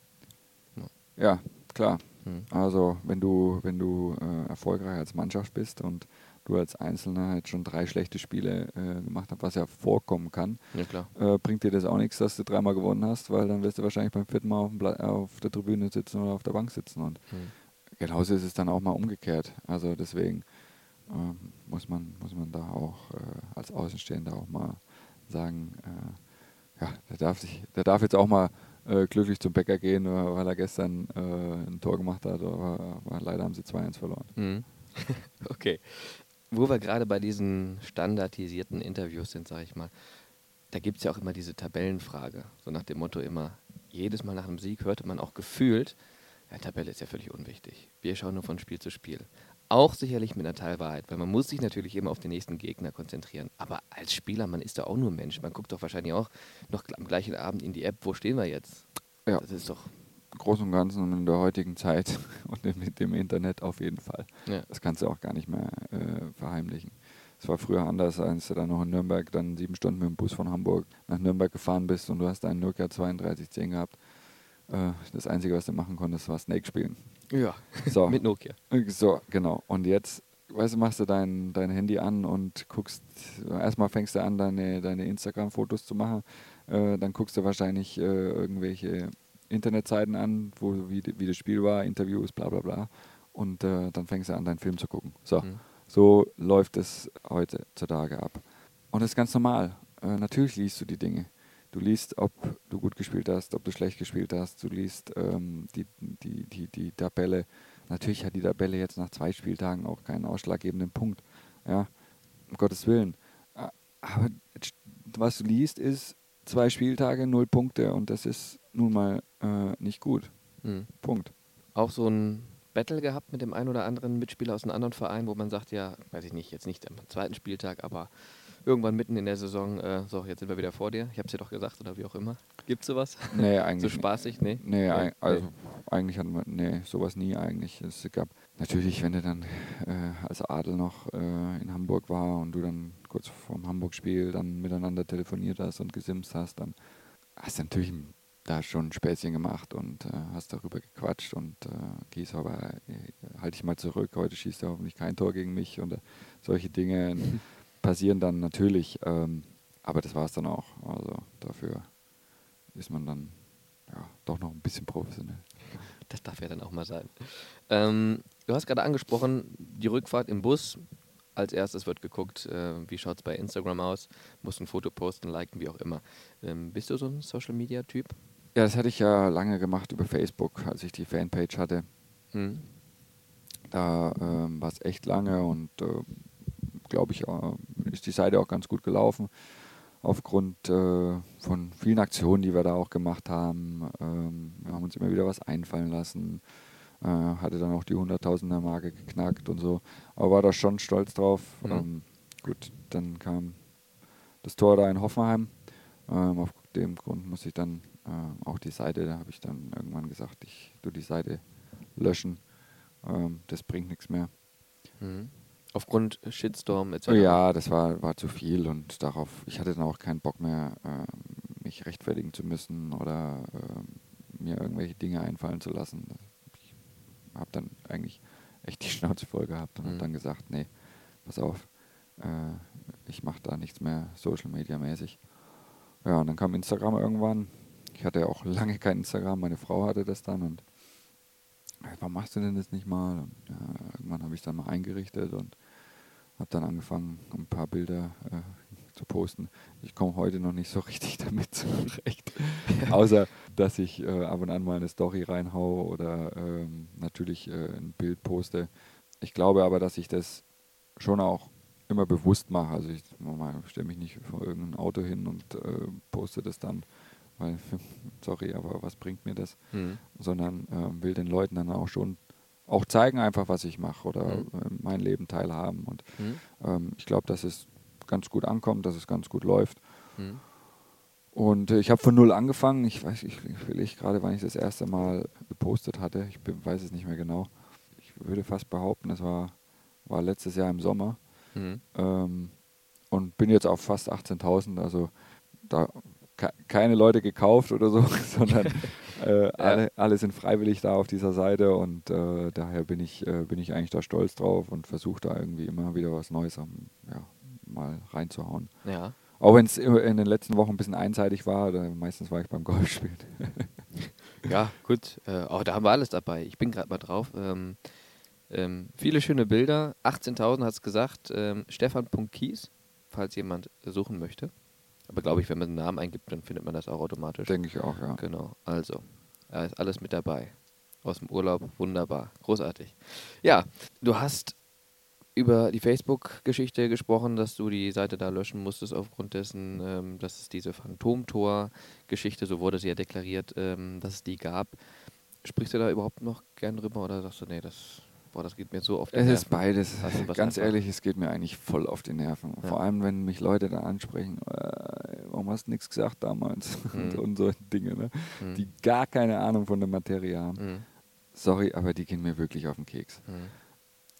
Ja. Ja, klar. Mhm. Also wenn du, wenn du äh, erfolgreich als Mannschaft bist und du als Einzelner halt schon drei schlechte Spiele äh, gemacht hast, was ja vorkommen kann, Ja, klar. äh, bringt dir das auch nichts, dass du dreimal gewonnen hast, weil dann wirst du wahrscheinlich beim vierten Mal auf, dem Bla- auf der Tribüne sitzen oder auf der Bank sitzen. Und Mhm. genauso ist es dann auch mal umgekehrt. Also deswegen ähm, muss man, muss man da auch äh, als Außenstehender auch mal sagen, äh, ja, der darf sich, der darf jetzt auch mal äh, glücklich zum Bäcker gehen, äh, weil er gestern äh, ein Tor gemacht hat, aber, aber leider haben sie zwei eins verloren. Mhm. Okay. Wo wir gerade bei diesen standardisierten Interviews sind, sage ich mal, da gibt es ja auch immer diese Tabellenfrage. So nach dem Motto immer, jedes Mal nach einem Sieg hörte man auch gefühlt, ja, Tabelle ist ja völlig unwichtig. Wir schauen nur von Spiel zu Spiel. Auch sicherlich mit einer Teilwahrheit, weil man muss sich natürlich immer auf den nächsten Gegner konzentrieren. Aber als Spieler, man ist doch auch nur Mensch. Man guckt doch wahrscheinlich auch noch am gleichen Abend in die App, wo stehen wir jetzt? Ja, Das ist doch, im Großen und Ganzen und in der heutigen Zeit und mit dem Internet auf jeden Fall. ja. Das kannst du auch gar nicht mehr äh, verheimlichen. Es war früher anders, als du dann noch in Nürnberg dann sieben Stunden mit dem Bus von Hamburg nach Nürnberg gefahren bist und du hast einen Nokia zweiunddreißig zehn gehabt. Äh, das Einzige, was du machen konntest, war Snake spielen. Ja, So. mit Nokia. So, genau. Und jetzt, weißt du, machst du dein, dein Handy an und guckst, erstmal fängst du an, deine, deine Instagram-Fotos zu machen. Äh, dann guckst du wahrscheinlich äh, irgendwelche Internetseiten an, wo wie, wie das Spiel war, Interviews, bla bla bla. Und äh, dann fängst du an, deinen Film zu gucken. So, Mhm. so läuft es heutzutage ab. Und das ist ganz normal. Äh, natürlich liest du die Dinge. Du liest, ob du gut gespielt hast, ob du schlecht gespielt hast. Du liest ähm, die, die, die, die Tabelle. Natürlich hat die Tabelle jetzt nach zwei Spieltagen auch keinen ausschlaggebenden Punkt. Ja, um Gottes Willen. Aber was du liest, ist zwei Spieltage, null Punkte und das ist nun mal äh, nicht gut. Mhm. Punkt. Auch so ein Battle gehabt mit dem einen oder anderen Mitspieler aus einem anderen Verein, wo man sagt, ja, weiß ich nicht, jetzt nicht am zweiten Spieltag, aber irgendwann mitten in der Saison, äh, so, jetzt sind wir wieder vor dir. Ich habe es dir doch gesagt oder wie auch immer. Gibt's sowas? Nee, So eigentlich spaßig? Nee? Nee, Nee, eig- also nee. eigentlich hatten wir, nee, sowas nie eigentlich. Es gab natürlich, wenn du dann äh, als Adel noch äh, in Hamburg war und du dann kurz vorm Hamburg-Spiel dann miteinander telefoniert hast und gesimst hast, dann hast du natürlich da schon ein Späßchen gemacht und äh, hast darüber gequatscht und äh, Gies, aber äh, halte ich mal zurück, heute schießt er hoffentlich kein Tor gegen mich und äh, solche Dinge passieren dann natürlich, ähm, aber das war es dann auch. Also dafür ist man dann ja, doch noch ein bisschen professionell. Das darf ja dann auch mal sein. Ähm, du hast gerade angesprochen, die Rückfahrt im Bus. Als erstes wird geguckt, äh, wie schaut es bei Instagram aus. Musst ein Foto posten, liken, wie auch immer. Ähm, bist du so ein Social-Media-Typ? Ja, das hatte ich ja lange gemacht über Facebook, als ich die Fanpage hatte. Hm. Da ähm, war es echt lange und äh, glaube ich, äh, ist die Seite auch ganz gut gelaufen. Aufgrund äh, von vielen Aktionen, die wir da auch gemacht haben. Ähm, wir haben uns immer wieder was einfallen lassen. Äh, hatte dann auch die hunderttausender-Marke geknackt und so. Aber war da schon stolz drauf. Mhm. Ähm, gut, dann kam das Tor da in Hoffenheim. Ähm, auf dem Grund muss ich dann äh, auch die Seite, da habe ich dann irgendwann gesagt, ich tue die Seite löschen. Ähm, das bringt nichts mehr. Mhm. Aufgrund Shitstorm et cetera. Ja, das war, war zu viel und darauf, ich hatte dann auch keinen Bock mehr, äh, mich rechtfertigen zu müssen oder äh, mir irgendwelche Dinge einfallen zu lassen. Ich habe dann eigentlich echt die Schnauze voll gehabt und Mhm. habe dann gesagt, nee, pass auf, äh, ich mache da nichts mehr Social Media mäßig. Ja, und dann kam Instagram irgendwann. Ich hatte auch lange kein Instagram, meine Frau hatte das dann und äh, warum machst du denn das nicht mal? Und ja, irgendwann habe ich es dann mal eingerichtet und habe dann angefangen, ein paar Bilder äh, zu posten. Ich komme heute noch nicht so richtig damit zurecht. Außer, dass ich äh, ab und an mal eine Story reinhaue oder ähm, natürlich äh, ein Bild poste. Ich glaube aber, dass ich das schon auch immer bewusst mache. Also ich stelle mich nicht vor irgendein Auto hin und äh, poste das dann, weil, sorry, aber was bringt mir das? Mhm. Sondern äh, will den Leuten dann auch schon auch zeigen einfach, was ich mache oder Mhm. äh, mein Leben teilhaben. Und Mhm. ähm, ich glaube, dass es ganz gut ankommt, dass es ganz gut läuft. Mhm. Und äh, ich habe von null angefangen. Ich weiß, ich will ich gerade, wann ich das erste Mal gepostet hatte. Ich be- weiß es nicht mehr genau. Ich würde fast behaupten, es war, war letztes Jahr im Sommer. Mhm. Ähm, und bin jetzt auf fast achtzehntausend. Also da ke- keine Leute gekauft oder so, sondern äh, Ja. alle, alle sind freiwillig da auf dieser Seite und äh, daher bin ich, äh, bin ich eigentlich da stolz drauf und versuche da irgendwie immer wieder was Neues am, ja, mal reinzuhauen. Ja. Auch wenn es in den letzten Wochen ein bisschen einseitig war, da, meistens war ich beim Golfspielen. Ja, gut. Äh, oh, da haben wir alles dabei. Ich bin gerade mal drauf. Ähm, ähm, viele schöne Bilder. achtzehntausend hat es gesagt. Ähm, Stefan.kies, falls jemand suchen möchte. Aber glaube ich, wenn man einen Namen eingibt, dann findet man das auch automatisch. Denke ich auch, ja. Genau. Also, da ist alles mit dabei. Aus dem Urlaub. Wunderbar. Großartig. Ja, du hast über die Facebook-Geschichte gesprochen, dass du die Seite da löschen musstest aufgrund dessen, ähm, dass es diese Phantomtor-Geschichte, so wurde sie ja deklariert, ähm, dass es die gab. Sprichst du da überhaupt noch gern drüber oder sagst du, nee, das, boah, das geht mir so auf die Es Nerven? ist beides. Lass uns Ganz einfach- ehrlich, es geht mir eigentlich voll auf die Nerven. Ja. Vor allem, wenn mich Leute dann ansprechen, äh, warum hast du nichts gesagt damals? und, Mhm. und so Dinge, ne? Mhm. Die gar keine Ahnung von der Materie haben. Mhm. Sorry, aber die gehen mir wirklich auf den Keks. Mhm.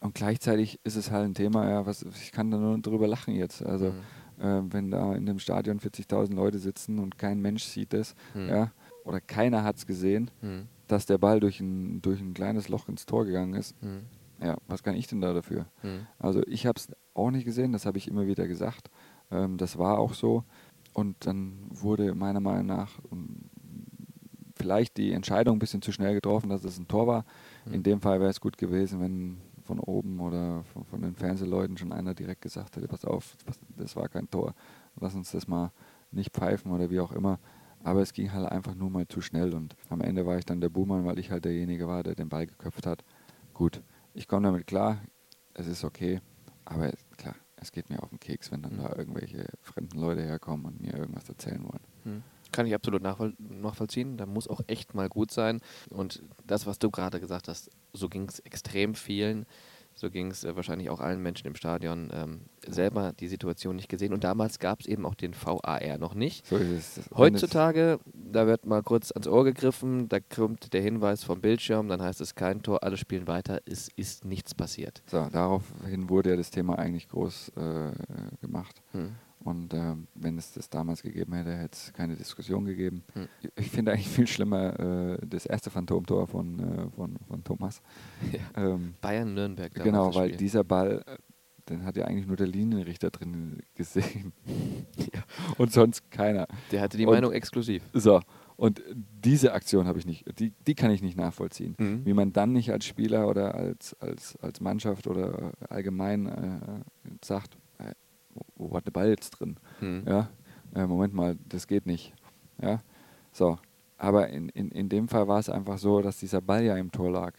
und gleichzeitig ist es halt ein Thema, ja, was, ich kann da nur drüber lachen jetzt. Also Mhm. äh, wenn da in dem Stadion vierzigtausend Leute sitzen und kein Mensch sieht es, Mhm. ja, oder keiner hat es gesehen, Mhm. dass der Ball durch ein, durch ein kleines Loch ins Tor gegangen ist. Mhm. Ja, was kann ich denn da dafür? Mhm. Also ich habe es auch nicht gesehen, das habe ich immer wieder gesagt. Ähm, das war auch so. Und dann wurde meiner Meinung nach um, vielleicht die Entscheidung ein bisschen zu schnell getroffen, dass es ein Tor war. Mhm. In dem Fall wäre es gut gewesen, wenn von oben oder von, von den Fernsehleuten schon einer direkt gesagt hätte, pass auf, das war kein Tor, lass uns das mal nicht pfeifen oder wie auch immer. Aber es ging halt einfach nur mal zu schnell und am Ende war ich dann der Buhmann, weil ich halt derjenige war, der den Ball geköpft hat. Gut, ich komme damit klar, es ist okay, aber klar, es geht mir auf den Keks, wenn dann Mhm. da irgendwelche fremden Leute herkommen und mir irgendwas erzählen wollen. Mhm. Kann ich absolut nachvoll nachvollziehen. Da muss auch echt mal gut sein. Und das, was du gerade gesagt hast, so ging es extrem vielen. So ging es äh, wahrscheinlich auch allen Menschen im Stadion. Ähm, selber die Situation nicht gesehen. Und damals gab es eben auch den V A R noch nicht. So ist es. Heutzutage, da wird mal kurz ans Ohr gegriffen, da kommt der Hinweis vom Bildschirm, dann heißt es kein Tor, alle spielen weiter, es ist nichts passiert. So, daraufhin wurde ja das Thema eigentlich groß äh, gemacht. Hm. Und äh, wenn es das damals gegeben hätte, hätte es keine Diskussion gegeben. Hm. Ich finde eigentlich viel schlimmer äh, das erste Phantomtor von, äh, von, von Thomas. Ja. Ähm, Bayern-Nürnberg damals genau, das weil Spiel. dieser Ball, äh, den hat ja eigentlich nur der Linienrichter drin gesehen. Ja. Und sonst keiner. Der hatte die Und Meinung exklusiv. So, und diese Aktion habe ich nicht, die, die kann ich nicht nachvollziehen. Mhm. Wie man dann nicht als Spieler oder als, als, als Mannschaft oder allgemein äh, sagt, äh, wo, wo war der Ball jetzt drin? Mhm. Ja, äh, Moment mal, das geht nicht. Ja, so. Aber in, in, in dem Fall war es einfach so, dass dieser Ball ja im Tor lag.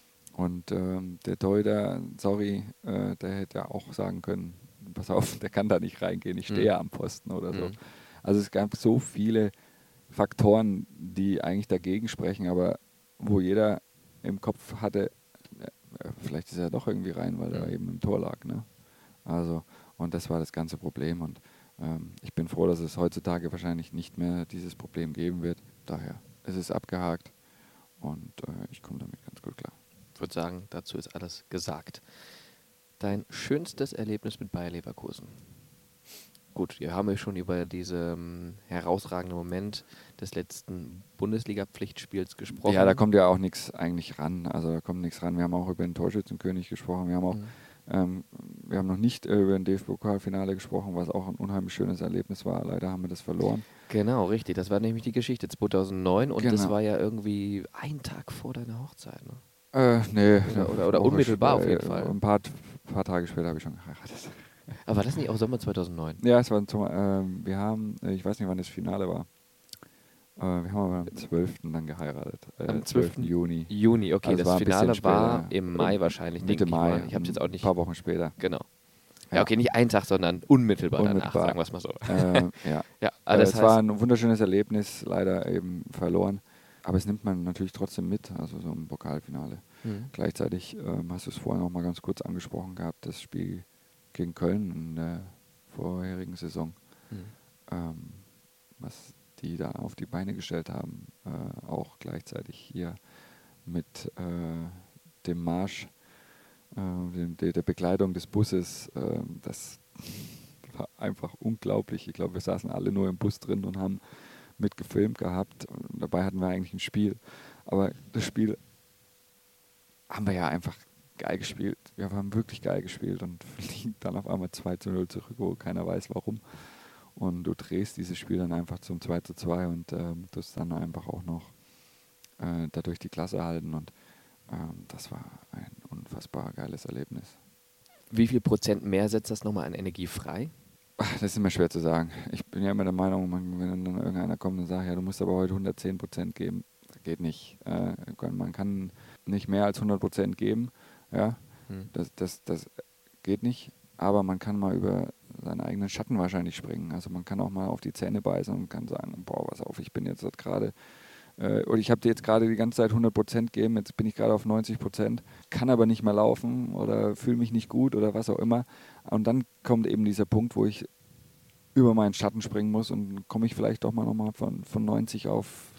Und ähm, der Torhüter, sorry, äh, der hätte ja auch sagen können, pass auf, der kann da nicht reingehen, ich stehe ja am Posten oder so. Mhm. Also es gab so viele Faktoren, die eigentlich dagegen sprechen, aber wo jeder im Kopf hatte, äh, vielleicht ist er doch irgendwie rein, weil er Mhm. eben im Tor lag. Ne? Also, und das war das ganze Problem. Und ähm, ich bin froh, dass es heutzutage wahrscheinlich nicht mehr dieses Problem geben wird. Daher ist es abgehakt und äh, ich komme damit ganz gut klar. Ich würde sagen, dazu ist alles gesagt. Dein schönstes Erlebnis mit Bayer Leverkusen? Gut, wir haben ja schon über diesen herausragenden Moment des letzten Bundesliga-Pflichtspiels gesprochen. Ja, da kommt ja auch nichts eigentlich ran. Also da kommt nichts ran. Wir haben auch über den Torschützenkönig gesprochen. Wir haben auch, Mhm. ähm, wir haben noch nicht äh, über ein D F B-Pokalfinale gesprochen, was auch ein unheimlich schönes Erlebnis war. Leider haben wir das verloren. Genau, richtig. Das war nämlich die Geschichte zweitausendneun und Genau. das war ja irgendwie ein Tag vor deiner Hochzeit, ne? Äh, nee, Oder, eine oder, oder Woche unmittelbar auf später, jeden Fall. Ein paar, paar Tage später habe ich schon geheiratet. Aber war das nicht auch Sommer zweitausendneun? Ja, es war zum, äh, wir haben, äh, ich weiß nicht, wann das Finale war. Äh, wir haben aber am zwölften dann geheiratet. Äh, Am zwölften Juni. Juni, okay, Also das war ein Finale bisschen war später. im Mai Ähm, wahrscheinlich, Mitte denke ich Mai, mal. Ich habe es jetzt auch ein nicht. paar Wochen später. Genau. Ja, Ja. okay, nicht einen Tag, sondern unmittelbar, Unmittelbar. danach, sagen wir es mal so. Äh, ja. Ja, Äh, aber das es war heißt, ein wunderschönes Erlebnis, leider eben verloren. Aber es nimmt man natürlich trotzdem mit, also so ein Pokalfinale. hm, Gleichzeitig ähm, hast du es vorhin auch mal ganz kurz angesprochen gehabt, das Spiel gegen Köln in der vorherigen Saison, hm, ähm, was die da auf die Beine gestellt haben, äh, auch gleichzeitig hier mit äh, dem Marsch, äh, dem, der, der Bekleidung des Busses, äh, das war einfach unglaublich. Ich glaube, wir saßen alle nur im Bus drin und haben mitgefilmt gehabt. Und dabei hatten wir eigentlich ein Spiel. Aber das Spiel haben wir ja einfach geil gespielt. Wir haben wirklich geil gespielt und fliegen dann auf einmal zwei zu null zurück, wo keiner weiß warum. Und du drehst dieses Spiel dann einfach zum zwei zu zwei und ähm, tust dann einfach auch noch äh, dadurch die Klasse halten. Und ähm, das war ein unfassbar geiles Erlebnis. wie viel Prozent mehr setzt das nochmal an Energie frei? Ach, das ist immer schwer zu sagen. Ich bin ja immer der Meinung, man, wenn dann irgendeiner kommt und sagt, ja, du musst aber heute hundertzehn Prozent geben, das geht nicht. Äh, man kann nicht mehr als hundert Prozent geben, ja, Hm. das, das, das geht nicht, aber man kann mal über seinen eigenen Schatten wahrscheinlich springen. Also man kann auch mal auf die Zähne beißen und kann sagen, boah, pass auf, ich bin jetzt gerade, äh, oder ich habe dir jetzt gerade die ganze Zeit hundert Prozent gegeben, jetzt bin ich gerade auf neunzig Prozent, kann aber nicht mehr laufen oder fühle mich nicht gut oder was auch immer. Und dann kommt eben dieser Punkt, wo ich über meinen Schatten springen muss und komme ich vielleicht doch mal nochmal von, von neunzig auf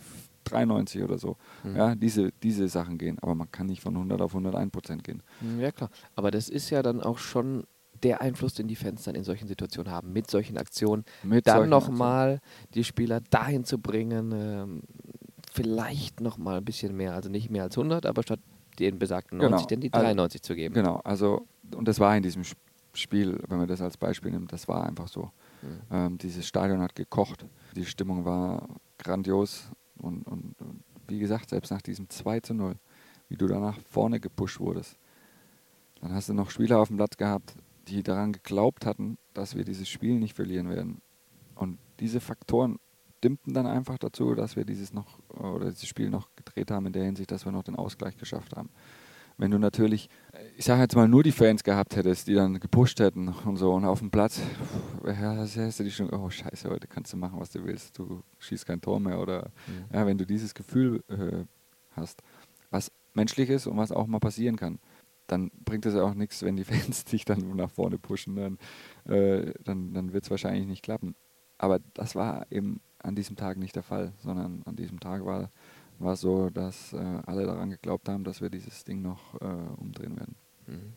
dreiundneunzig oder so. Mhm. Ja, diese, diese Sachen gehen. Aber man kann nicht von hundert auf hunderteins Prozent gehen. Ja, klar. Aber das ist ja dann auch schon der Einfluss, den die Fans dann in solchen Situationen haben, mit solchen Aktionen, Mit dann solchen Aktionen. nochmal die Spieler dahin zu bringen, ähm, vielleicht nochmal ein bisschen mehr, also nicht mehr als hundert, aber statt den besagten neunzig, Genau. dann die Also, dreiundneunzig zu geben. Genau, also, und das war in diesem Sp- Spiel, wenn man das als Beispiel nimmt, das war einfach so. Mhm. Ähm, dieses Stadion hat gekocht, die Stimmung war grandios und, und, und wie gesagt, selbst nach diesem zwei zu null, wie du da nach vorne gepusht wurdest, dann hast du noch Spieler auf dem Platz gehabt, die daran geglaubt hatten, dass wir dieses Spiel nicht verlieren werden. Und diese Faktoren stimmten dann einfach dazu, dass wir dieses noch oder dieses Spiel noch gedreht haben in der Hinsicht, dass wir noch den Ausgleich geschafft haben. Wenn du natürlich, ich sage jetzt mal, nur die Fans gehabt hättest, die dann gepusht hätten und so und auf dem Platz, ja, das hättest du dich schon, oh scheiße, heute kannst du machen, was du willst, du schießt kein Tor mehr oder Mhm. ja, wenn du dieses Gefühl äh, hast, was menschlich ist und was auch mal passieren kann, dann bringt es ja auch nichts, wenn die Fans dich dann nach vorne pushen, dann, äh, dann, dann wird es wahrscheinlich nicht klappen. Aber das war eben an diesem Tag nicht der Fall, sondern an diesem Tag war war so, dass äh, alle daran geglaubt haben, dass wir dieses Ding noch äh, umdrehen werden. Mhm.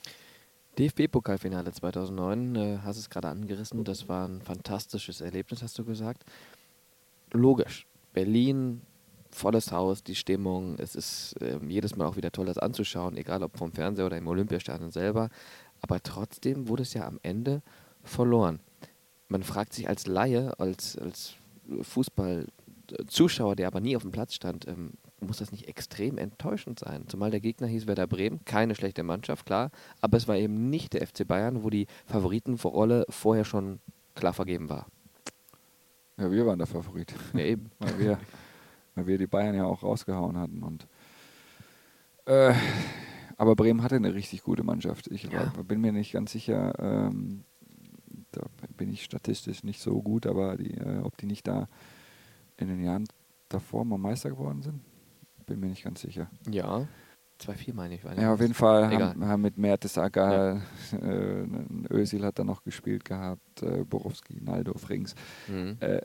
D F B-Pokalfinale zweitausendneun, äh, hast es gerade angerissen, das war ein fantastisches Erlebnis, hast du gesagt. Logisch, Berlin, volles Haus, die Stimmung, es ist ähm, jedes Mal auch wieder toll, das anzuschauen, egal ob vom Fernseher oder im Olympiastadion selber, aber trotzdem wurde es ja am Ende verloren. Man fragt sich als Laie, als, als Fußballzuschauer, der aber nie auf dem Platz stand, ähm, muss das nicht extrem enttäuschend sein? Zumal der Gegner hieß Werder Bremen, keine schlechte Mannschaft, klar, aber es war eben nicht der F C Bayern, wo die Favoritenrolle vorher schon klar vergeben war. Ja, wir waren der Favorit, Ja, eben. weil, wir, weil wir die Bayern ja auch rausgehauen hatten. Und, äh, aber Bremen hatte eine richtig gute Mannschaft. Ich Ja. war, bin mir nicht ganz sicher, ähm, da bin ich statistisch nicht so gut, aber die, äh, ob die nicht da in den Jahren davor mal Meister geworden sind, bin mir nicht ganz sicher. Ja, zwei vier meine ich. Ja, auf jeden Fall Egal. haben, haben mit Mertesacker, ja. äh, Özil hat da noch gespielt gehabt, äh, Borowski, Naldo, Frings. Mhm. Äh,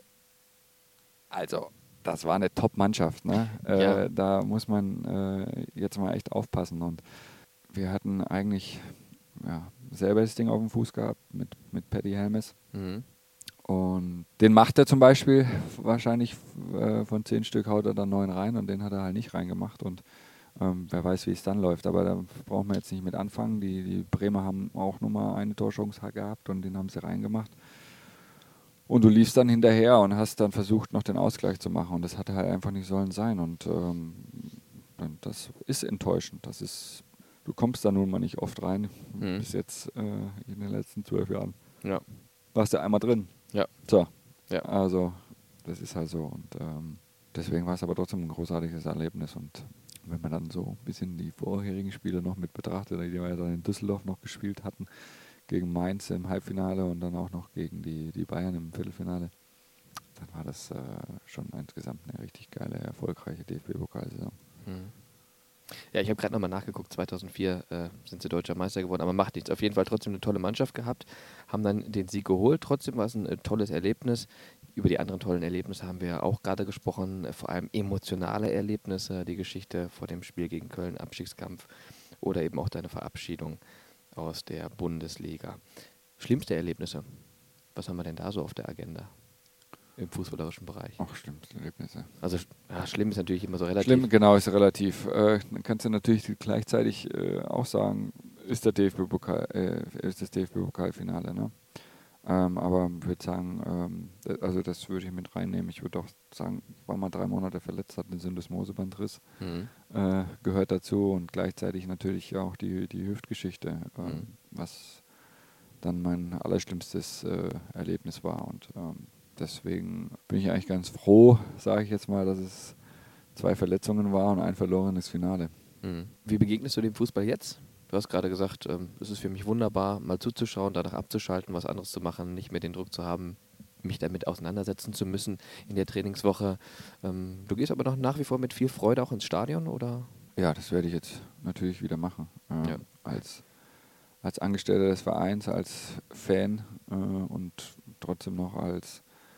also, das war eine Top-Mannschaft. Ne? Äh, Ja. Da muss man äh, jetzt mal echt aufpassen. Und wir hatten eigentlich ja, selber das Ding auf dem Fuß gehabt mit, mit Paddy Helmes. Mhm. Und den macht er zum Beispiel wahrscheinlich äh, von zehn Stück haut er dann neun rein und den hat er halt nicht reingemacht. Und ähm, wer weiß, wie es dann läuft. Aber da brauchen wir jetzt nicht mit anfangen. Die, die Bremer haben auch nur mal eine Torchance gehabt und den haben sie reingemacht. Und du liefst dann hinterher und hast dann versucht, noch den Ausgleich zu machen. Und das hatte halt einfach nicht sollen sein. Und ähm, das ist enttäuschend. Das ist, du kommst da nun mal nicht oft rein, Mhm. bis jetzt äh, in den letzten zwölf Jahren. Ja. Warst du einmal drin. Ja. So. Ja. Also, das ist halt so. Und ähm, deswegen war es aber trotzdem ein großartiges Erlebnis. Und wenn man dann so ein bisschen die vorherigen Spiele noch mit betrachtet, die wir ja dann in Düsseldorf noch gespielt hatten, gegen Mainz im Halbfinale und dann auch noch gegen die, die Bayern im Viertelfinale, dann war das äh, schon insgesamt eine richtig geile, erfolgreiche D F B-Pokalsaison. Mhm. Ja, ich habe gerade nochmal nachgeguckt, zweitausendvier äh, sind sie Deutscher Meister geworden, aber macht nichts. Auf jeden Fall trotzdem eine tolle Mannschaft gehabt, haben dann den Sieg geholt. Trotzdem war es ein äh, tolles Erlebnis. Über die anderen tollen Erlebnisse haben wir ja auch gerade gesprochen, äh, vor allem emotionale Erlebnisse, die Geschichte vor dem Spiel gegen Köln, Abstiegskampf oder eben auch deine Verabschiedung aus der Bundesliga. Schlimmste Erlebnisse, was haben wir denn da so auf der Agenda im fußballerischen Bereich? Auch schlimmste Erlebnisse. Also ja, schlimm ist natürlich immer so relativ. Schlimm, genau, ist relativ. Äh, dann kannst du natürlich gleichzeitig äh, auch sagen, ist, der D F B-Pokal, äh, ist das D F B-Pokalfinale. Ne? Ähm, aber ich würde sagen, ähm, also das würde ich mit reinnehmen. Ich würde auch sagen, ich war mal drei Monate verletzt, hatte einen Syndesmosebandriss, Mhm. äh, gehört dazu und gleichzeitig natürlich auch die, die Hüftgeschichte, äh, Mhm. was dann mein allerschlimmstes äh, Erlebnis war. Und ähm, deswegen bin ich eigentlich ganz froh, sage ich jetzt mal, dass es zwei Verletzungen waren und ein verlorenes Finale. Mhm. Wie begegnest du dem Fußball jetzt? Du hast gerade gesagt, ähm, es ist für mich wunderbar, mal zuzuschauen, danach abzuschalten, was anderes zu machen, nicht mehr den Druck zu haben, mich damit auseinandersetzen zu müssen in der Trainingswoche. Ähm, du gehst aber noch nach wie vor mit viel Freude auch ins Stadion, oder? Ja, das werde ich jetzt natürlich wieder machen. Ähm, Ja. als, als Angestellter des Vereins, als Fan äh, und trotzdem noch als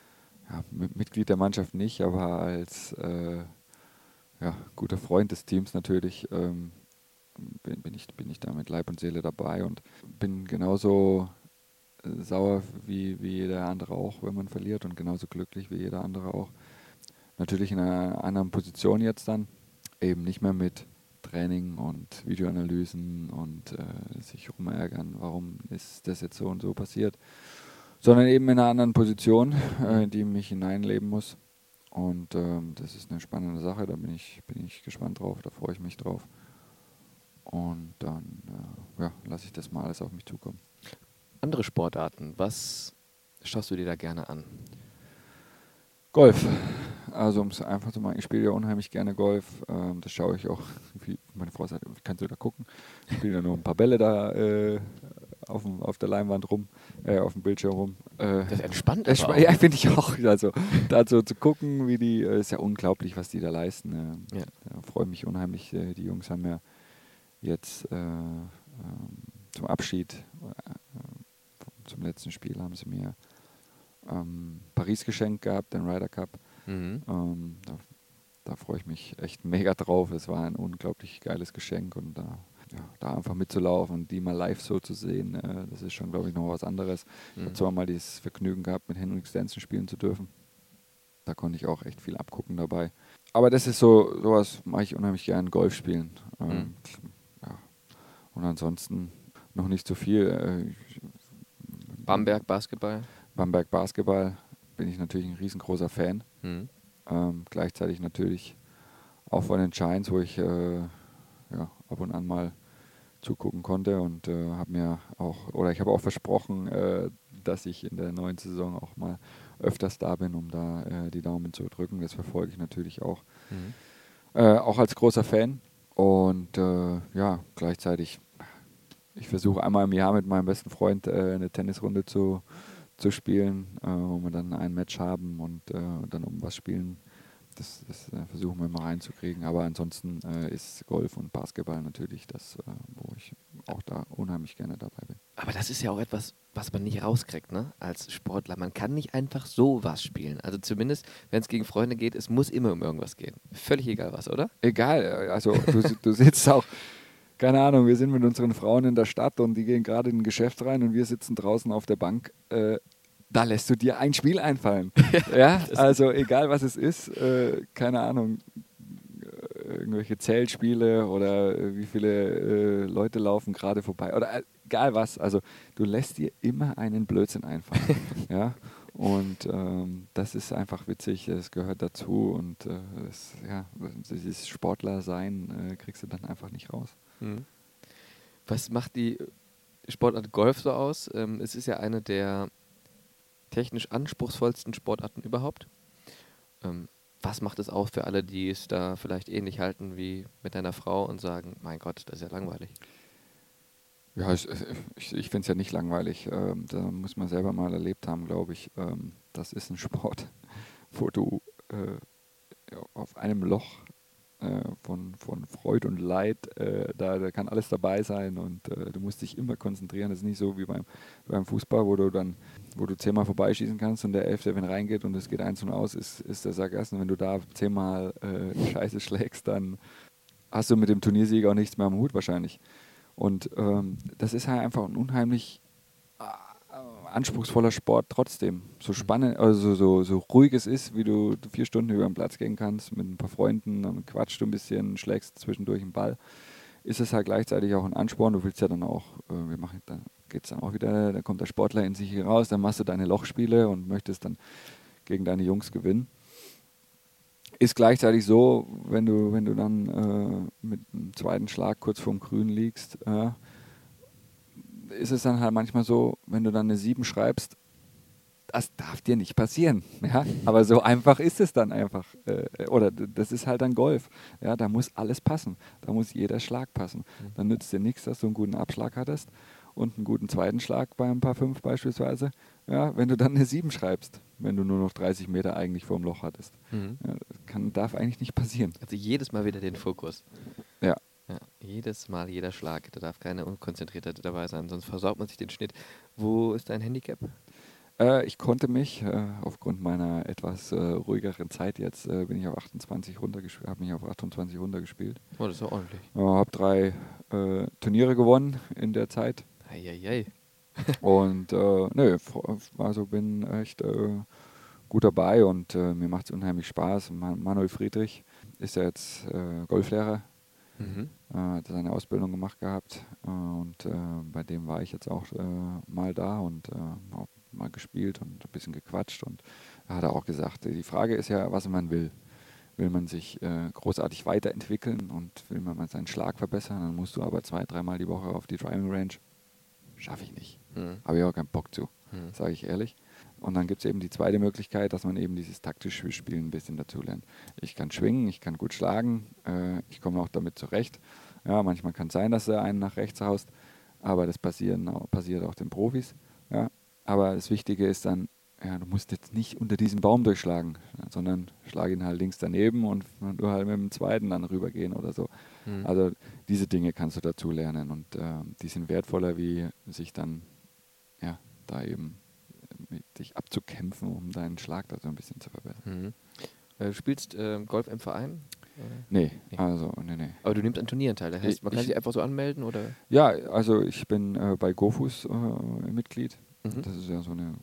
ja, Mitglied der Mannschaft nicht, aber als äh, ja, guter Freund des Teams natürlich ähm, bin, bin, ich, bin ich da mit Leib und Seele dabei und bin genauso äh, sauer wie, wie jeder andere auch, wenn man verliert und genauso glücklich wie jeder andere auch. Natürlich in einer anderen Position jetzt dann, eben nicht mehr mit Training und Videoanalysen und äh, sich rumärgern, warum ist das jetzt so und so passiert, sondern eben in einer anderen Position, äh, in die mich hineinleben muss. Und ähm, das ist eine spannende Sache, da bin ich, bin ich gespannt drauf, da freue ich mich drauf. Und dann äh, ja, lasse ich das mal alles auf mich zukommen. Andere Sportarten, was schaust du dir da gerne an? Golf. Also um es einfach zu machen, ich spiele ja unheimlich gerne Golf. Ähm, das schaue ich auch, wie meine Frau sagt, kannst du da gucken? Ich spiele ja nur ein paar Bälle da äh, auf, dem, auf der Leinwand rum, äh, auf dem Bildschirm rum. Äh, Das ist entspannt das aber sp- auch. Ja, finde ich auch. Also da so zu gucken, wie die, äh, ist ja unglaublich, was die da leisten. Äh, Ja. Da freue ich mich unheimlich. Äh, die Jungs haben ja jetzt äh, ähm, zum Abschied, äh, zum letzten Spiel haben sie mir ähm, Paris geschenkt gehabt, den Ryder Cup. Mhm. Ähm, da, da freue ich mich echt mega drauf. Es war ein unglaublich geiles Geschenk und da, ja, da einfach mitzulaufen und die mal live so zu sehen, äh, das ist schon, glaube ich, noch was anderes. Ich habe Mhm. zwar mal dieses Vergnügen gehabt, mit Henrik Stenson spielen zu dürfen. Da konnte ich auch echt viel abgucken dabei. Aber das ist so, sowas mache ich unheimlich gern, Golf spielen. Ähm, Mhm. ja. Und ansonsten noch nicht so viel. Äh, ich- Bamberg, Basketball. Bamberg Basketball bin ich natürlich ein riesengroßer Fan. Mhm. Ähm, gleichzeitig natürlich auch von den Giants, wo ich äh, ja, ab und an mal zugucken konnte und äh, habe mir auch, oder ich habe auch versprochen, äh, dass ich in der neuen Saison auch mal öfters da bin, um da äh, die Daumen zu drücken. Das verfolge ich natürlich auch, Mhm. äh, auch als großer Fan. Und äh, ja, gleichzeitig, ich versuche einmal im Jahr mit meinem besten Freund äh, eine Tennisrunde zu, zu spielen, äh, wo wir dann ein Match haben und äh, dann um was spielen. Das, das äh, versuchen wir mal reinzukriegen. Aber ansonsten äh, ist Golf und Basketball natürlich das, äh, wo ich auch da unheimlich gerne dabei bin. Aber das ist ja auch etwas, was man nicht rauskriegt, ne? Als Sportler. Man kann nicht einfach so was spielen. Also zumindest, wenn es gegen Freunde geht, es muss immer um irgendwas gehen. Völlig egal was, oder? Egal, äh, also du, du sitzt auch, keine Ahnung, wir sind mit unseren Frauen in der Stadt und die gehen gerade in ein Geschäft rein und wir sitzen draußen auf der Bank. Äh, da lässt du dir ein Spiel einfallen. Ja, also egal was es ist, äh, keine Ahnung, äh, irgendwelche Zählspiele oder äh, wie viele äh, Leute laufen gerade vorbei oder äh, egal was. Also du lässt dir immer einen Blödsinn einfallen. Ja. Und ähm, das ist einfach witzig, das gehört dazu und äh, das, ja, dieses Sportler-Sein äh, kriegst du dann einfach nicht raus. Mhm. Was macht die Sportart Golf so aus? Ähm, es ist ja eine der technisch anspruchsvollsten Sportarten überhaupt. Ähm, was macht es aus für alle, die es da vielleicht ähnlich halten wie mit deiner Frau und sagen, mein Gott, das ist ja langweilig? Ja, ich, ich, ich finde es ja nicht langweilig. Ähm, da muss man selber mal erlebt haben, glaube ich. Ähm, das ist ein Sport, wo du äh, ja, auf einem Loch äh, von, von Freude und Leid, äh, da, da kann alles dabei sein und äh, du musst dich immer konzentrieren. Das ist nicht so wie beim, beim Fußball, wo du dann, wo du zehnmal vorbeischießen kannst und der Elfte, wenn reingeht und es geht eins und aus, ist, ist der Sack erst. Und wenn du da zehnmal äh, Scheiße schlägst, dann hast du mit dem Turniersieg auch nichts mehr am Hut wahrscheinlich. Und ähm, das ist halt einfach ein unheimlich äh, anspruchsvoller Sport trotzdem. So spannend, also so, so ruhig es ist, wie du vier Stunden über den Platz gehen kannst mit ein paar Freunden, dann quatschst du ein bisschen, schlägst zwischendurch einen Ball, ist es halt gleichzeitig auch ein Ansporn. Du willst ja dann auch, äh, wir machen, da geht es dann auch wieder, da kommt der Sportler in sich raus, dann machst du deine Lochspiele und möchtest dann gegen deine Jungs gewinnen. Ist gleichzeitig so, wenn du, wenn du dann äh, mit einem zweiten Schlag kurz vorm Grün liegst, äh, ist es dann halt manchmal so, wenn du dann eine sieben schreibst, das darf dir nicht passieren. Ja? Aber so einfach ist es dann einfach. Äh, oder das ist halt dann Golf. Ja? Da muss alles passen. Da muss jeder Schlag passen. Dann nützt dir nichts, dass du einen guten Abschlag hattest und einen guten zweiten Schlag bei ein paar fünf beispielsweise. Ja? Wenn du dann eine sieben schreibst, wenn du nur noch dreißig Meter eigentlich vorm Loch hattest. Mhm. Ja, das kann, darf eigentlich nicht passieren. Also jedes Mal wieder den Fokus. Ja. Ja, jedes Mal, jeder Schlag. Da darf keine Unkonzentriertheit dabei sein, sonst versaut man sich den Schnitt. Wo ist dein Handicap? Äh, ich konnte mich, äh, aufgrund meiner etwas äh, ruhigeren Zeit jetzt, äh, bin ich auf achtundzwanzig runtergespielt, habe mich auf achtundzwanzig runtergespielt. Oh, das ist ja ordentlich. Äh, habe drei äh, Turniere gewonnen in der Zeit. Eieiei. Und äh, nö, fro- also bin echt äh, gut dabei und äh, mir macht es unheimlich Spaß. Man Manuel Friedrich ist ja jetzt äh, Golflehrer, Mhm. äh, hat seine Ausbildung gemacht gehabt äh, und äh, bei dem war ich jetzt auch äh, mal da und äh, auch mal gespielt und ein bisschen gequatscht und er hat auch gesagt, die Frage ist ja, was man will. Will man sich äh, großartig weiterentwickeln und will man mal seinen Schlag verbessern, dann musst du aber zwei, dreimal die Woche auf die Driving Range. Schaffe ich nicht. Mhm. Habe ich auch keinen Bock zu, Mhm. sage ich ehrlich. Und dann gibt es eben die zweite Möglichkeit, dass man eben dieses taktische Spielen ein bisschen dazu lernt. Ich kann schwingen, ich kann gut schlagen, äh, ich komme auch damit zurecht. Ja, manchmal kann es sein, dass er einen nach rechts haust, aber das passieren, au- passiert auch den Profis. Ja. Aber das Wichtige ist dann, ja, du musst jetzt nicht unter diesen Baum durchschlagen, sondern schlag ihn halt links daneben und du halt mit dem zweiten dann rübergehen oder so. Mhm. Also diese Dinge kannst du dazu lernen und äh, die sind wertvoller, wie sich dann ja, da eben mit dich abzukämpfen, um deinen Schlag da so ein bisschen zu verbessern. Mhm. Äh, Du spielst äh, Golf im Verein? Oder? Nee, Nee. also, nee, nee. Aber du nimmst an Turnieren teil. Das heißt, man kann Ich, sich einfach so anmelden oder? ja, also ich bin äh, bei GoFus äh, Mitglied. Mhm. Das ist ja so eine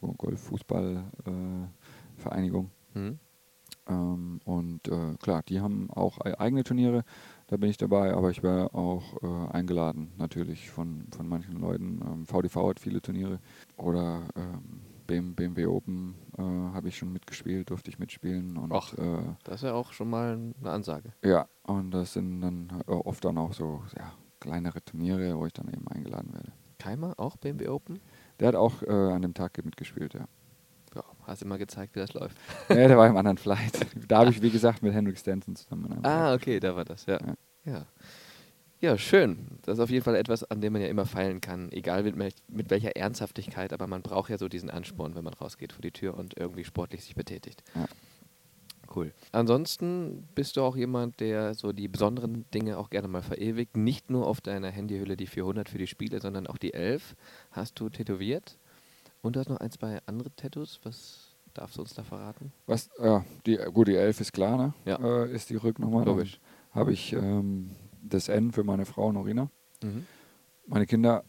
Golf-Fußball-Vereinigung. Mhm. Ähm, und äh, klar, die haben auch e- eigene Turniere, da bin ich dabei, aber ich wäre auch äh, eingeladen, natürlich von, von manchen Leuten. Ähm, V D V hat viele Turniere oder ähm, B M B M W Open äh, habe ich schon mitgespielt, durfte ich mitspielen. Und Ach. äh, Das ist ja auch schon mal eine Ansage. ja, und das sind dann äh, oft dann auch so ja, kleinere Turniere, wo ich dann eben eingeladen werde. Keimer, auch B M W Open? Der hat auch äh, an dem Tag mitgespielt, ja. Ja, hast immer gezeigt, wie das läuft. Nee, der war im anderen Flight. Da habe ich, wie gesagt, mit Henrik Stenson zusammen in einem Flight Ah, gespielt. okay, da war das, ja. Ja. Ja. Ja, schön. Das ist auf jeden Fall etwas, an dem man ja immer feilen kann, egal mit, welch- mit welcher Ernsthaftigkeit, aber man braucht ja so diesen Ansporn, wenn man rausgeht vor die Tür und irgendwie sportlich sich betätigt. Ja. Cool. Ansonsten bist du auch jemand, der so die besonderen Dinge auch gerne mal verewigt. Nicht nur auf deiner Handyhülle die vierhundert für die Spiele, sondern auch die elf hast du tätowiert. Und du hast noch ein, zwei andere Tattoos. Was darfst du uns da verraten? Was, ja, die, gut, die elf ist klar, ne? Ja. Äh, ist die Rücknummer. Dann Logisch. habe ich ähm, das N für meine Frau Norina. Mhm. Meine Kinder,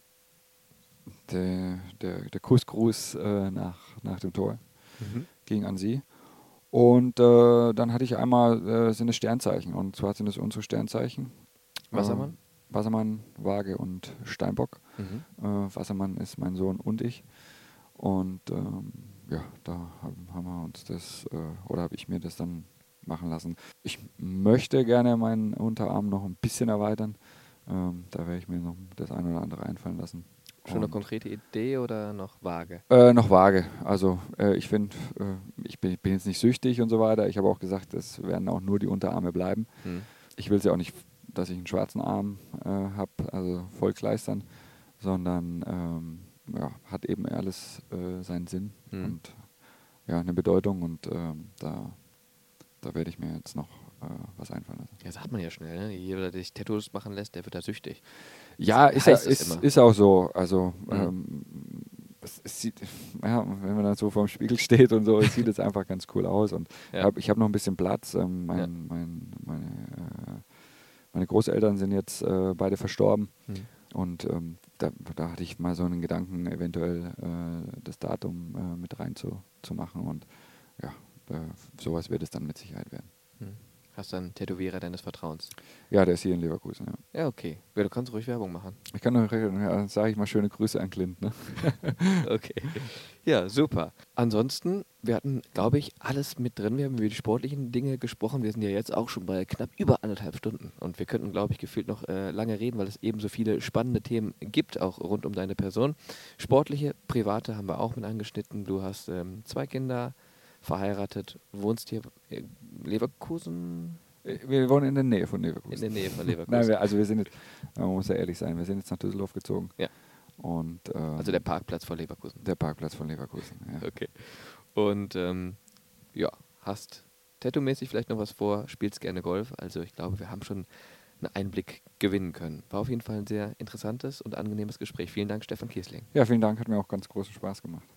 der, der, der Kussgruß äh, nach, nach dem Tor Mhm. ging an sie. Und äh, dann hatte ich einmal, äh, sind es Sternzeichen. Und zwar sind es unsere Sternzeichen. Wassermann? Äh, Wassermann, Waage und Steinbock. Mhm. Äh, Wassermann ist mein Sohn und ich. Und ähm, ja, da haben, haben wir uns das, äh, oder habe ich mir das dann machen lassen. Ich möchte gerne meinen Unterarm noch ein bisschen erweitern. Ähm, da werde ich mir noch das eine oder andere einfallen lassen. Schon eine Und, konkrete Idee oder noch vage? äh, noch vage. Also äh, ich finde, äh, ich, bin, ich bin jetzt nicht süchtig und so weiter. Ich habe auch gesagt, es werden auch nur die Unterarme bleiben. Mhm. Ich will es ja auch nicht, dass ich einen schwarzen Arm äh, habe, also voll kleistern, sondern ähm, ja, hat eben alles äh, seinen Sinn Mhm. und ja, eine Bedeutung und ähm, da, da werde ich mir jetzt noch äh, was einfallen lassen. Ja, sagt man ja schnell, ne? Jeder, der sich Tattoos machen lässt, der wird da süchtig. Ja, Das ist, ja, heißt es ist, immer. ist auch so. Also Mhm. ähm, es, es sieht, ja, wenn man dann so vorm Spiegel steht und so, es sieht jetzt einfach ganz cool aus. Und Ja. hab, ich habe noch ein bisschen Platz. Ähm, mein, Ja. mein, meine, äh, meine Großeltern sind jetzt äh, beide verstorben. Mhm. Und ähm, da, da hatte ich mal so einen Gedanken, eventuell äh, das Datum äh, mit rein zu, zu machen. Und ja, äh, sowas wird es dann mit Sicherheit werden. Mhm. Hast du einen Tätowierer deines Vertrauens? Ja, der ist hier in Leverkusen. Ja. Ja, okay. Ja, du kannst ruhig Werbung machen. Ich kann noch, ja, sage ich mal, schöne Grüße an Clint. Ne? Okay. Ja, super. Ansonsten, wir hatten, glaube ich, alles mit drin. Wir haben über die sportlichen Dinge gesprochen. Wir sind ja jetzt auch schon bei knapp über anderthalb Stunden. Und wir könnten, glaube ich, gefühlt noch äh, lange reden, weil es eben so viele spannende Themen gibt, auch rund um deine Person. Sportliche, private haben wir auch mit angeschnitten. Du hast ähm, zwei Kinder, verheiratet, wohnst hier in Leverkusen? Wir wohnen in der Nähe von In Leverkusen. der Nähe von Leverkusen. Nein, wir, also wir sind jetzt, man muss ja ehrlich sein, wir sind jetzt nach Düsseldorf gezogen. Ja. Und, ähm, Also der Parkplatz vor Leverkusen. Der Parkplatz von Leverkusen, ja. Okay. Und ähm, ja, hast tattoo-mäßig vielleicht noch was vor, spielst gerne Golf. Also ich glaube, wir haben schon einen Einblick gewinnen können. War auf jeden Fall ein sehr interessantes und angenehmes Gespräch. Vielen Dank, Stefan Kiesling. Ja, vielen Dank, hat mir auch ganz großen Spaß gemacht.